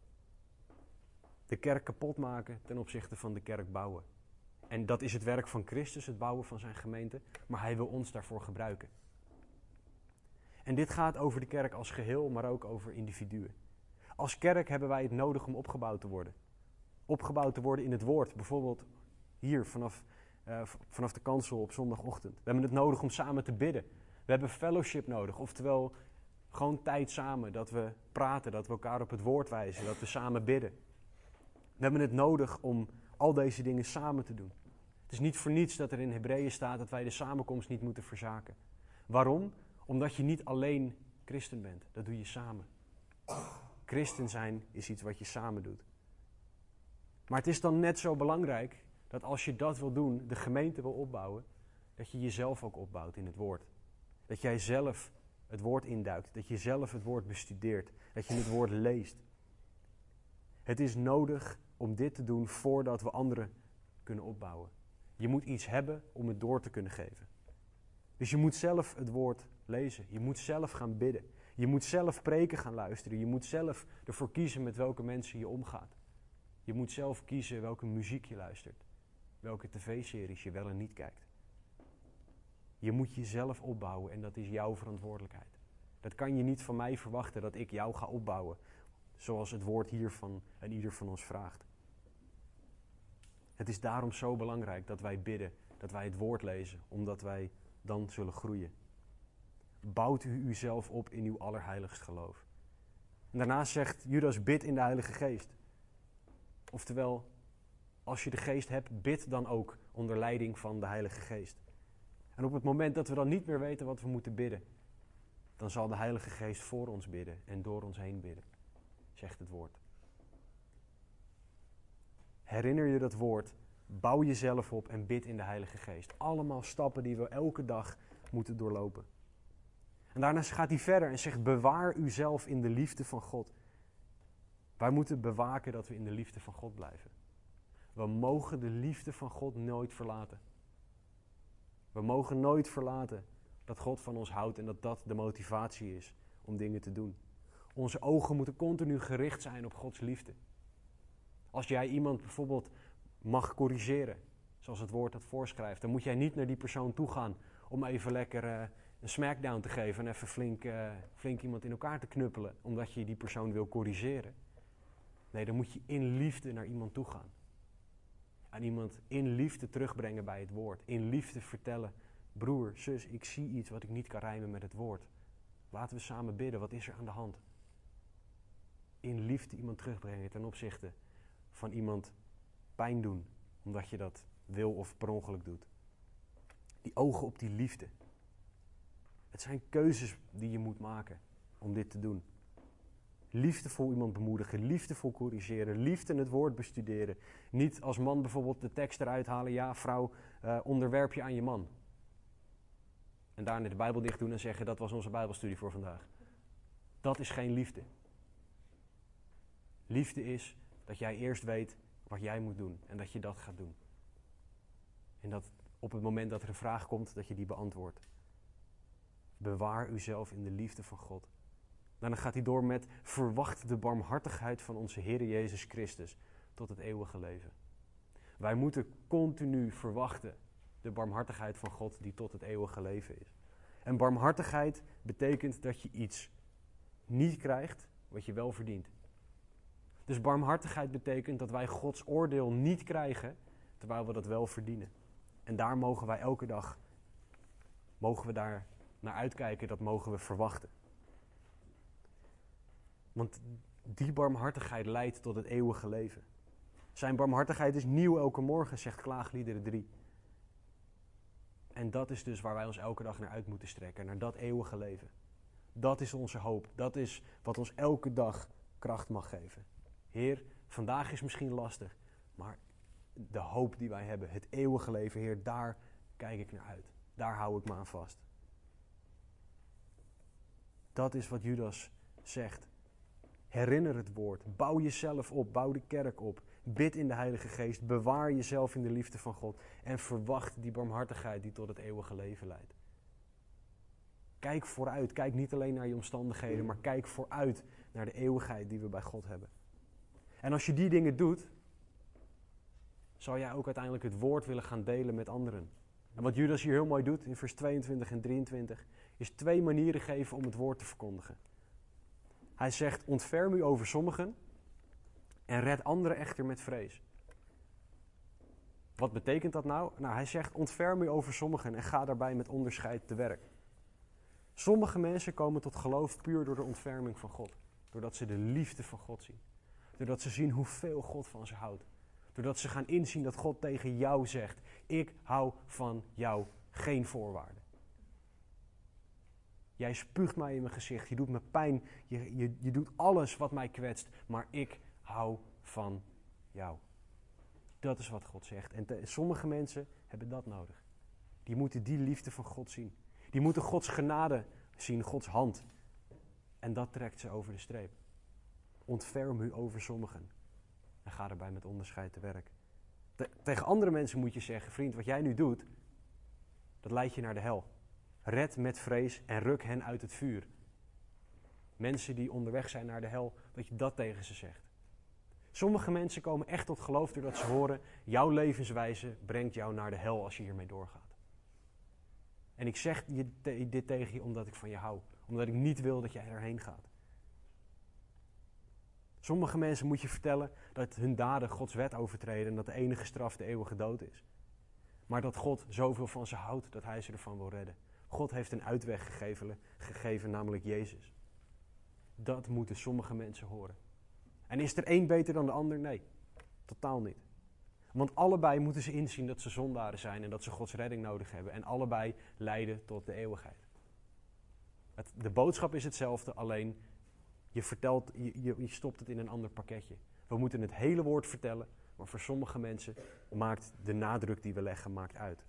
De kerk kapot maken ten opzichte van de kerk bouwen. En dat is het werk van Christus, het bouwen van zijn gemeente, maar hij wil ons daarvoor gebruiken. En dit gaat over de kerk als geheel, maar ook over individuen. Als kerk hebben wij het nodig om opgebouwd te worden. Opgebouwd te worden in het woord, bijvoorbeeld hier vanaf, uh, vanaf de kansel op zondagochtend. We hebben het nodig om samen te bidden. We hebben fellowship nodig, oftewel gewoon tijd samen, dat we praten, dat we elkaar op het woord wijzen, dat we samen bidden. We hebben het nodig om al deze dingen samen te doen. Het is niet voor niets dat er in Hebreeën staat dat wij de samenkomst niet moeten verzaken. Waarom? Omdat je niet alleen christen bent. Dat doe je samen. Christen zijn is iets wat je samen doet. Maar het is dan net zo belangrijk dat als je dat wil doen, de gemeente wil opbouwen, dat je jezelf ook opbouwt in het woord. Dat jij zelf het woord induikt. Dat je zelf het woord bestudeert. Dat je het woord leest. Het is nodig om dit te doen voordat we anderen kunnen opbouwen. Je moet iets hebben om het door te kunnen geven. Dus je moet zelf het woord lezen. Je moet zelf gaan bidden. Je moet zelf preken gaan luisteren. Je moet zelf ervoor kiezen met welke mensen je omgaat. Je moet zelf kiezen welke muziek je luistert. Welke tv-series je wel en niet kijkt. Je moet jezelf opbouwen en dat is jouw verantwoordelijkheid. Dat kan je niet van mij verwachten dat ik jou ga opbouwen. Zoals het woord hier van en ieder van ons vraagt. Het is daarom zo belangrijk dat wij bidden, dat wij het woord lezen, omdat wij dan zullen groeien. Bouwt u uzelf op in uw allerheiligst geloof. En daarna zegt Judas, bid in de Heilige Geest. Oftewel, als je de geest hebt, bid dan ook onder leiding van de Heilige Geest. En op het moment dat we dan niet meer weten wat we moeten bidden, dan zal de Heilige Geest voor ons bidden en door ons heen bidden, zegt het woord. Herinner je dat woord, bouw jezelf op en bid in de Heilige Geest. Allemaal stappen die we elke dag moeten doorlopen. En daarna gaat hij verder en zegt, bewaar uzelf in de liefde van God. Wij moeten bewaken dat we in de liefde van God blijven. We mogen de liefde van God nooit verlaten. We mogen nooit verlaten dat God van ons houdt en dat dat de motivatie is om dingen te doen. Onze ogen moeten continu gericht zijn op Gods liefde. Als jij iemand bijvoorbeeld mag corrigeren, zoals het woord dat voorschrijft, dan moet jij niet naar die persoon toe gaan om even lekker uh, een smackdown te geven en even flink, uh, flink iemand in elkaar te knuppelen, omdat je die persoon wil corrigeren. Nee, dan moet je in liefde naar iemand toe gaan. En iemand in liefde terugbrengen bij het woord. In liefde vertellen, broer, zus, ik zie iets wat ik niet kan rijmen met het woord. Laten we samen bidden, wat is er aan de hand? In liefde iemand terugbrengen ten opzichte van iemand pijn doen, omdat je dat wil of per ongeluk doet. Die ogen op die liefde. Het zijn keuzes die je moet maken om dit te doen. Liefdevol iemand bemoedigen, liefdevol corrigeren, liefde het woord bestuderen. Niet als man bijvoorbeeld de tekst eruit halen, ja vrouw, uh, onderwerp je aan je man. En daarna de Bijbel dicht doen en zeggen, dat was onze Bijbelstudie voor vandaag. Dat is geen liefde. Liefde is dat jij eerst weet wat jij moet doen en dat je dat gaat doen. En dat op het moment dat er een vraag komt, dat je die beantwoordt. Bewaar uzelf in de liefde van God. Dan gaat hij door met, verwacht de barmhartigheid van onze Heer Jezus Christus tot het eeuwige leven. Wij moeten continu verwachten de barmhartigheid van God die tot het eeuwige leven is. En barmhartigheid betekent dat je iets niet krijgt wat je wel verdient. Dus barmhartigheid betekent dat wij Gods oordeel niet krijgen terwijl we dat wel verdienen. En daar mogen wij elke dag, mogen we daar naar uitkijken, dat mogen we verwachten. Want die barmhartigheid leidt tot het eeuwige leven. Zijn barmhartigheid is nieuw elke morgen, zegt Klaagliederen drie. En dat is dus waar wij ons elke dag naar uit moeten strekken, naar dat eeuwige leven. Dat is onze hoop, dat is wat ons elke dag kracht mag geven. Heer, vandaag is misschien lastig, maar de hoop die wij hebben, het eeuwige leven, Heer, daar kijk ik naar uit. Daar hou ik me aan vast. Dat is wat Judas zegt. Herinner het woord, bouw jezelf op, bouw de kerk op. Bid in de Heilige Geest, bewaar jezelf in de liefde van God en verwacht die barmhartigheid die tot het eeuwige leven leidt. Kijk vooruit, kijk niet alleen naar je omstandigheden, maar kijk vooruit naar de eeuwigheid die we bij God hebben. En als je die dingen doet, zal jij ook uiteindelijk het woord willen gaan delen met anderen. En wat Judas hier heel mooi doet, in vers tweeëntwintig en drieëntwintig, is twee manieren geven om het woord te verkondigen. Hij zegt, ontferm u over sommigen en red anderen echter met vrees. Wat betekent dat nou? Nou, hij zegt, ontferm u over sommigen en ga daarbij met onderscheid te werk. Sommige mensen komen tot geloof puur door de ontferming van God. Doordat ze de liefde van God zien. Doordat ze zien hoeveel God van ze houdt. Doordat ze gaan inzien dat God tegen jou zegt, ik hou van jou, geen voorwaarden. Jij spuugt mij in mijn gezicht, je doet me pijn, je, je, je doet alles wat mij kwetst, maar ik hou van jou. Dat is wat God zegt. En te, sommige mensen hebben dat nodig. Die moeten die liefde van God zien. Die moeten Gods genade zien, Gods hand. En dat trekt ze over de streep. Ontferm u over sommigen. En ga erbij met onderscheid te werk. Te, tegen andere mensen moet je zeggen, vriend, wat jij nu doet, dat leidt je naar de hel. Red met vrees en ruk hen uit het vuur. Mensen die onderweg zijn naar de hel, dat je dat tegen ze zegt. Sommige mensen komen echt tot geloof doordat ze horen, jouw levenswijze brengt jou naar de hel als je hiermee doorgaat. En ik zeg dit tegen je omdat ik van je hou. Omdat ik niet wil dat jij erheen gaat. Sommige mensen moet je vertellen dat hun daden Gods wet overtreden en dat de enige straf de eeuwige dood is. Maar dat God zoveel van ze houdt dat hij ze ervan wil redden. God heeft een uitweg gegeven, gegeven, namelijk Jezus. Dat moeten sommige mensen horen. En is er één beter dan de ander? Nee, totaal niet. Want allebei moeten ze inzien dat ze zondaren zijn en dat ze Gods redding nodig hebben. En allebei leiden tot de eeuwigheid. Het, de boodschap is hetzelfde, alleen je, vertelt, je, je, je stopt het in een ander pakketje. We moeten het hele woord vertellen, maar voor sommige mensen maakt de nadruk die we leggen maakt uit.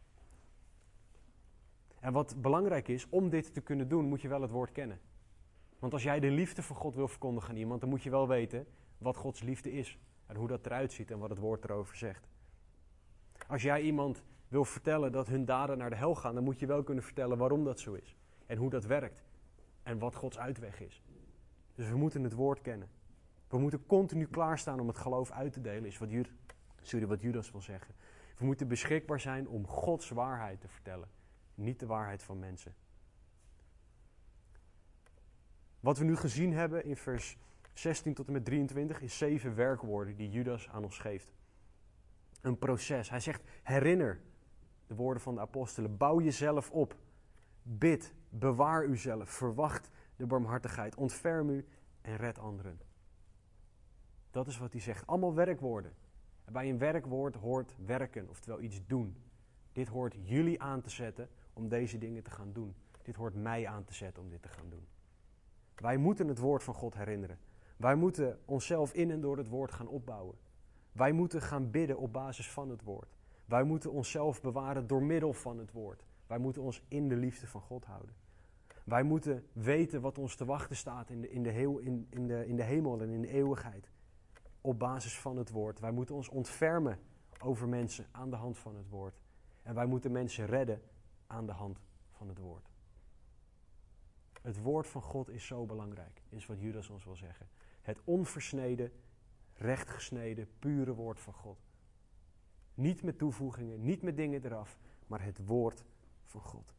En wat belangrijk is, om dit te kunnen doen, moet je wel het woord kennen. Want als jij de liefde van God wil verkondigen aan iemand, dan moet je wel weten wat Gods liefde is. En hoe dat eruit ziet en wat het woord erover zegt. Als jij iemand wil vertellen dat hun daden naar de hel gaan, dan moet je wel kunnen vertellen waarom dat zo is. En hoe dat werkt. En wat Gods uitweg is. Dus we moeten het woord kennen. We moeten continu klaarstaan om het geloof uit te delen, is wat, Jud- sorry, wat Judas wil zeggen. We moeten beschikbaar zijn om Gods waarheid te vertellen. Niet de waarheid van mensen. Wat we nu gezien hebben in vers zestien tot en met drieëntwintig is zeven werkwoorden die Judas aan ons geeft. Een proces. Hij zegt, herinner de woorden van de apostelen. Bouw jezelf op. Bid, bewaar uzelf. Verwacht de barmhartigheid. Ontferm u en red anderen. Dat is wat hij zegt. Allemaal werkwoorden. En bij een werkwoord hoort werken, oftewel iets doen. Dit hoort jullie aan te zetten om deze dingen te gaan doen. Dit hoort mij aan te zetten om dit te gaan doen. Wij moeten het woord van God herinneren. Wij moeten onszelf in en door het woord gaan opbouwen. Wij moeten gaan bidden op basis van het woord. Wij moeten onszelf bewaren door middel van het woord. Wij moeten ons in de liefde van God houden. Wij moeten weten wat ons te wachten staat in de, in de, heel, in, in de, in de hemel en in de eeuwigheid. Op basis van het woord. Wij moeten ons ontfermen over mensen aan de hand van het woord. En wij moeten mensen redden aan de hand van het woord. Het woord van God is zo belangrijk, is wat Judas ons wil zeggen. Het onversneden, rechtgesneden, pure woord van God. Niet met toevoegingen, niet met dingen eraf, maar het woord van God.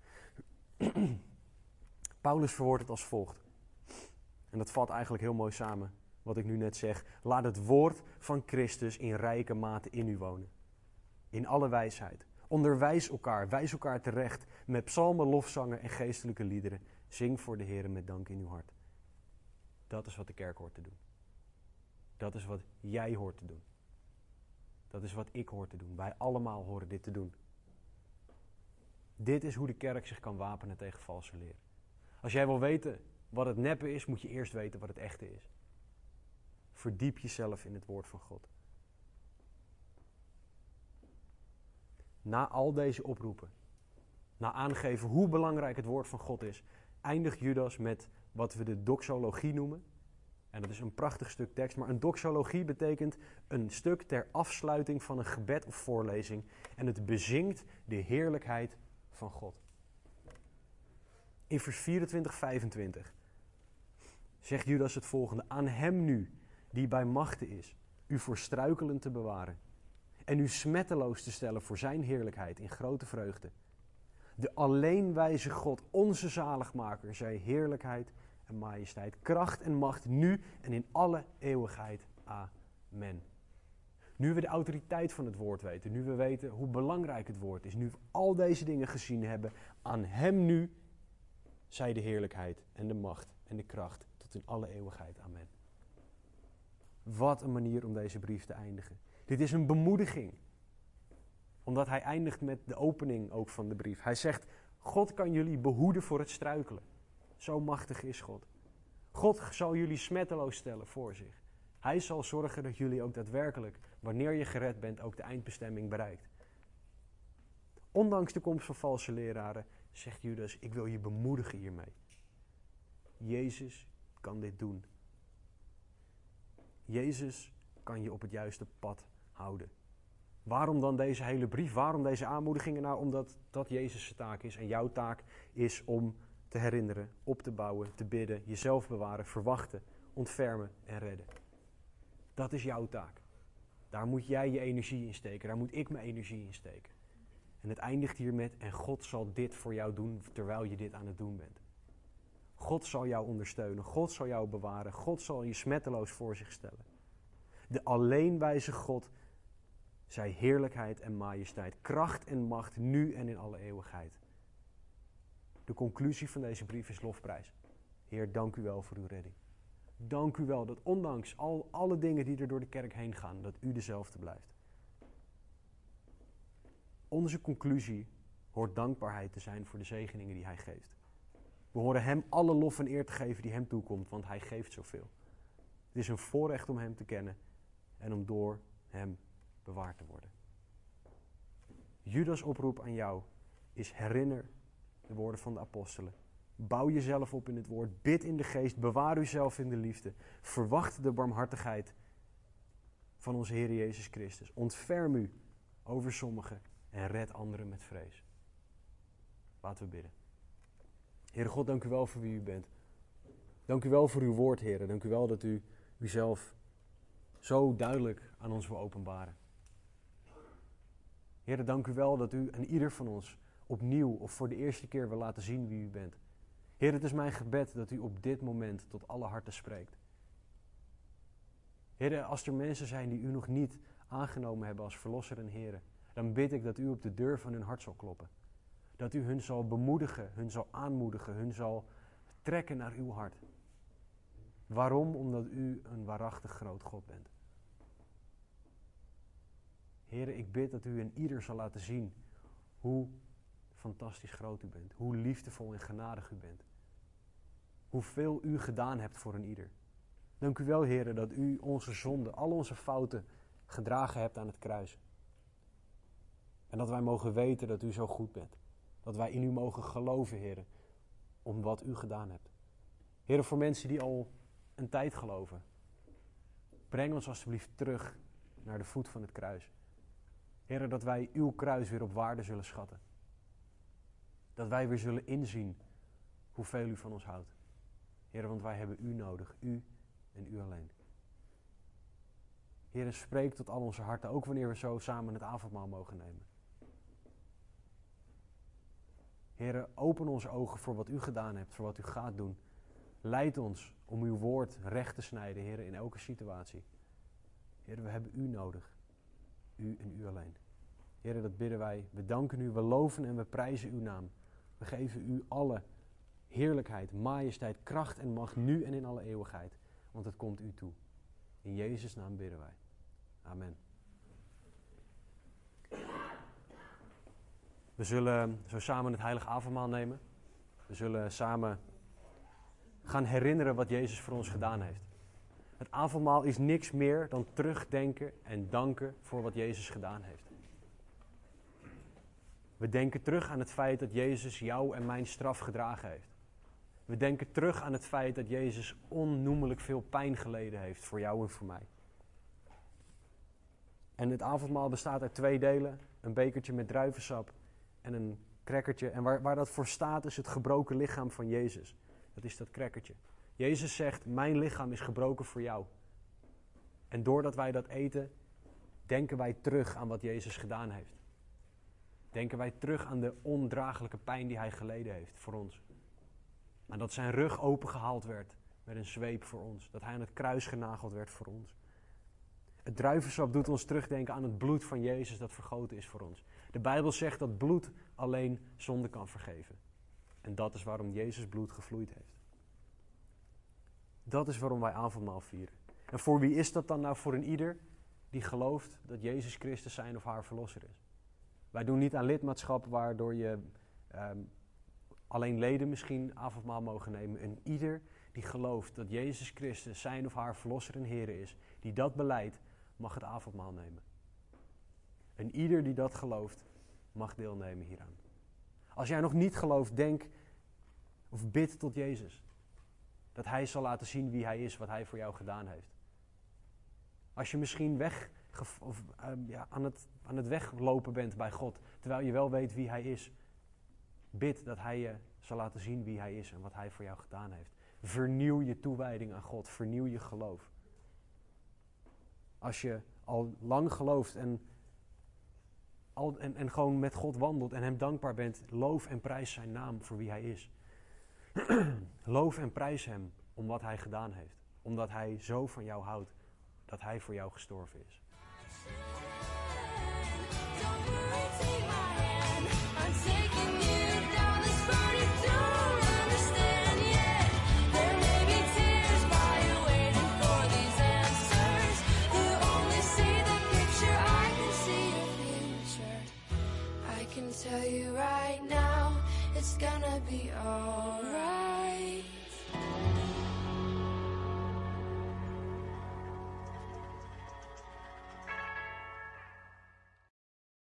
Paulus verwoordt het als volgt. En dat valt eigenlijk heel mooi samen, wat ik nu net zeg. Laat het woord van Christus in rijke mate in u wonen. In alle wijsheid. Onderwijs elkaar, wijs elkaar terecht met psalmen, lofzangen en geestelijke liederen. Zing voor de Heer met dank in uw hart. Dat is wat de kerk hoort te doen. Dat is wat jij hoort te doen. Dat is wat ik hoor te doen. Wij allemaal horen dit te doen. Dit is hoe de kerk zich kan wapenen tegen valse leer. Als jij wil weten wat het neppe is, moet je eerst weten wat het echte is. Verdiep jezelf in het woord van God. Na al deze oproepen, na aangeven hoe belangrijk het woord van God is, eindigt Judas met wat we de doxologie noemen. En dat is een prachtig stuk tekst, maar een doxologie betekent een stuk ter afsluiting van een gebed of voorlezing. En het bezingt de heerlijkheid van God. In vers vierentwintig, vijfentwintig zegt Judas het volgende. Aan hem nu, die bij machte is, u voor struikelen te bewaren. En u smetteloos te stellen voor zijn heerlijkheid in grote vreugde. De alleenwijze God, onze zaligmaker, zij heerlijkheid en majesteit, kracht en macht, nu en in alle eeuwigheid. Amen. Nu we de autoriteit van het woord weten, nu we weten hoe belangrijk het woord is, nu we al deze dingen gezien hebben, aan hem nu zij de heerlijkheid en de macht en de kracht tot in alle eeuwigheid. Amen. Wat een manier om deze brief te eindigen. Dit is een bemoediging. Omdat hij eindigt met de opening ook van de brief. Hij zegt, God kan jullie behoeden voor het struikelen. Zo machtig is God. God zal jullie smetteloos stellen voor zich. Hij zal zorgen dat jullie ook daadwerkelijk, wanneer je gered bent, ook de eindbestemming bereikt. Ondanks de komst van valse leraren, zegt Judas, ik wil je bemoedigen hiermee. Jezus kan dit doen. Jezus kan je op het juiste pad houden. Waarom dan deze hele brief? Waarom deze aanmoedigingen? Nou, omdat dat Jezus' taak is. En jouw taak is om te herinneren, op te bouwen, te bidden, jezelf bewaren, verwachten, ontfermen en redden. Dat is jouw taak. Daar moet jij je energie in steken. Daar moet ik mijn energie in steken. En het eindigt hier met, en God zal dit voor jou doen terwijl je dit aan het doen bent. God zal jou ondersteunen. God zal jou bewaren. God zal je smetteloos voor zich stellen. De alleenwijze God, zij heerlijkheid en majesteit, kracht en macht, nu en in alle eeuwigheid. De conclusie van deze brief is lofprijs. Heer, dank u wel voor uw redding. Dank u wel dat ondanks al alle dingen die er door de kerk heen gaan, dat u dezelfde blijft. Onze conclusie hoort dankbaarheid te zijn voor de zegeningen die hij geeft. We horen hem alle lof en eer te geven die hem toekomt, want hij geeft zoveel. Het is een voorrecht om hem te kennen en om door hem bewaard te worden. Judas' oproep aan jou is herinner de woorden van de apostelen. Bouw jezelf op in het woord, bid in de geest, bewaar uzelf in de liefde. Verwacht de barmhartigheid van onze Heer Jezus Christus. Ontferm u over sommigen en red anderen met vrees. Laten we bidden. Heere God, dank u wel voor wie u bent. Dank u wel voor uw woord, Heere. Dank u wel dat u uzelf zo duidelijk aan ons wil openbaren. Heere, dank u wel dat u aan ieder van ons opnieuw of voor de eerste keer wil laten zien wie u bent. Heer, het is mijn gebed dat u op dit moment tot alle harten spreekt. Heer, als er mensen zijn die u nog niet aangenomen hebben als verlosser en Heer, dan bid ik dat u op de deur van hun hart zal kloppen. Dat u hun zal bemoedigen, hun zal aanmoedigen, hun zal trekken naar uw hart. Waarom? Omdat u een waarachtig groot God bent. Heer, ik bid dat u in ieder zal laten zien hoe fantastisch groot u bent. Hoe liefdevol en genadig u bent. hoeveel u gedaan hebt voor een ieder. Dank u wel, Heer, dat u onze zonden, al onze fouten gedragen hebt aan het kruis. En dat wij mogen weten dat u zo goed bent. Dat wij in u mogen geloven, Heer, om wat u gedaan hebt. Heer, voor mensen die al een tijd geloven, breng ons alstublieft terug naar de voet van het kruis. Heer, dat wij uw kruis weer op waarde zullen schatten. Dat wij weer zullen inzien hoeveel u van ons houdt. Heer, want wij hebben u nodig, u en u alleen. Heer, spreek tot al onze harten, ook wanneer we zo samen het avondmaal mogen nemen. Heer, open onze ogen voor wat u gedaan hebt, voor wat u gaat doen. Leid ons om uw woord recht te snijden, Heer, in elke situatie. Heer, we hebben u nodig. U en u alleen. Heer, dat bidden wij. We danken u, we loven en we prijzen uw naam. We geven u alle heerlijkheid, majesteit, kracht en macht, nu en in alle eeuwigheid. Want het komt u toe. In Jezus' naam bidden wij. Amen. We zullen zo samen het heilige avondmaal nemen. We zullen samen gaan herinneren wat Jezus voor ons gedaan heeft. Het avondmaal is niks meer dan terugdenken en danken voor wat Jezus gedaan heeft. We denken terug aan het feit dat Jezus jou en mijn straf gedragen heeft. We denken terug aan het feit dat Jezus onnoemelijk veel pijn geleden heeft voor jou en voor mij. En het avondmaal bestaat uit twee delen. Een bekertje met druivensap en een crackertje. En waar, waar dat voor staat is het gebroken lichaam van Jezus. Dat is dat crackertje. Jezus zegt, mijn lichaam is gebroken voor jou. En doordat wij dat eten, denken wij terug aan wat Jezus gedaan heeft. Denken wij terug aan de ondraaglijke pijn die hij geleden heeft voor ons. En dat zijn rug opengehaald werd met een zweep voor ons. Dat hij aan het kruis genageld werd voor ons. Het druivensap doet ons terugdenken aan het bloed van Jezus dat vergoten is voor ons. De Bijbel zegt dat bloed alleen zonde kan vergeven. En dat is waarom Jezus bloed gevloeid heeft. Dat is waarom wij avondmaal vieren. En voor wie is dat dan nou? Voor een ieder die gelooft dat Jezus Christus zijn of haar verlosser is. Wij doen niet aan lidmaatschap waardoor je um, alleen leden misschien avondmaal mogen nemen. Een ieder die gelooft dat Jezus Christus zijn of haar verlosser en Heer is, die dat beleidt, mag het avondmaal nemen. En ieder die dat gelooft, mag deelnemen hieraan. Als jij nog niet gelooft, denk of bid tot Jezus. Dat hij zal laten zien wie hij is, wat hij voor jou gedaan heeft. Als je misschien weg, of, uh, ja, aan, het, aan het weglopen bent bij God, terwijl je wel weet wie hij is, bid dat hij je zal laten zien wie hij is en wat hij voor jou gedaan heeft. Vernieuw je toewijding aan God, vernieuw je geloof. Als je al lang gelooft en, al, en, en gewoon met God wandelt en hem dankbaar bent, loof en prijs zijn naam voor wie hij is. Loof en prijs hem om wat hij gedaan heeft. Omdat hij zo van jou houdt dat hij voor jou gestorven is. Tell you right now, it's gonna be alright.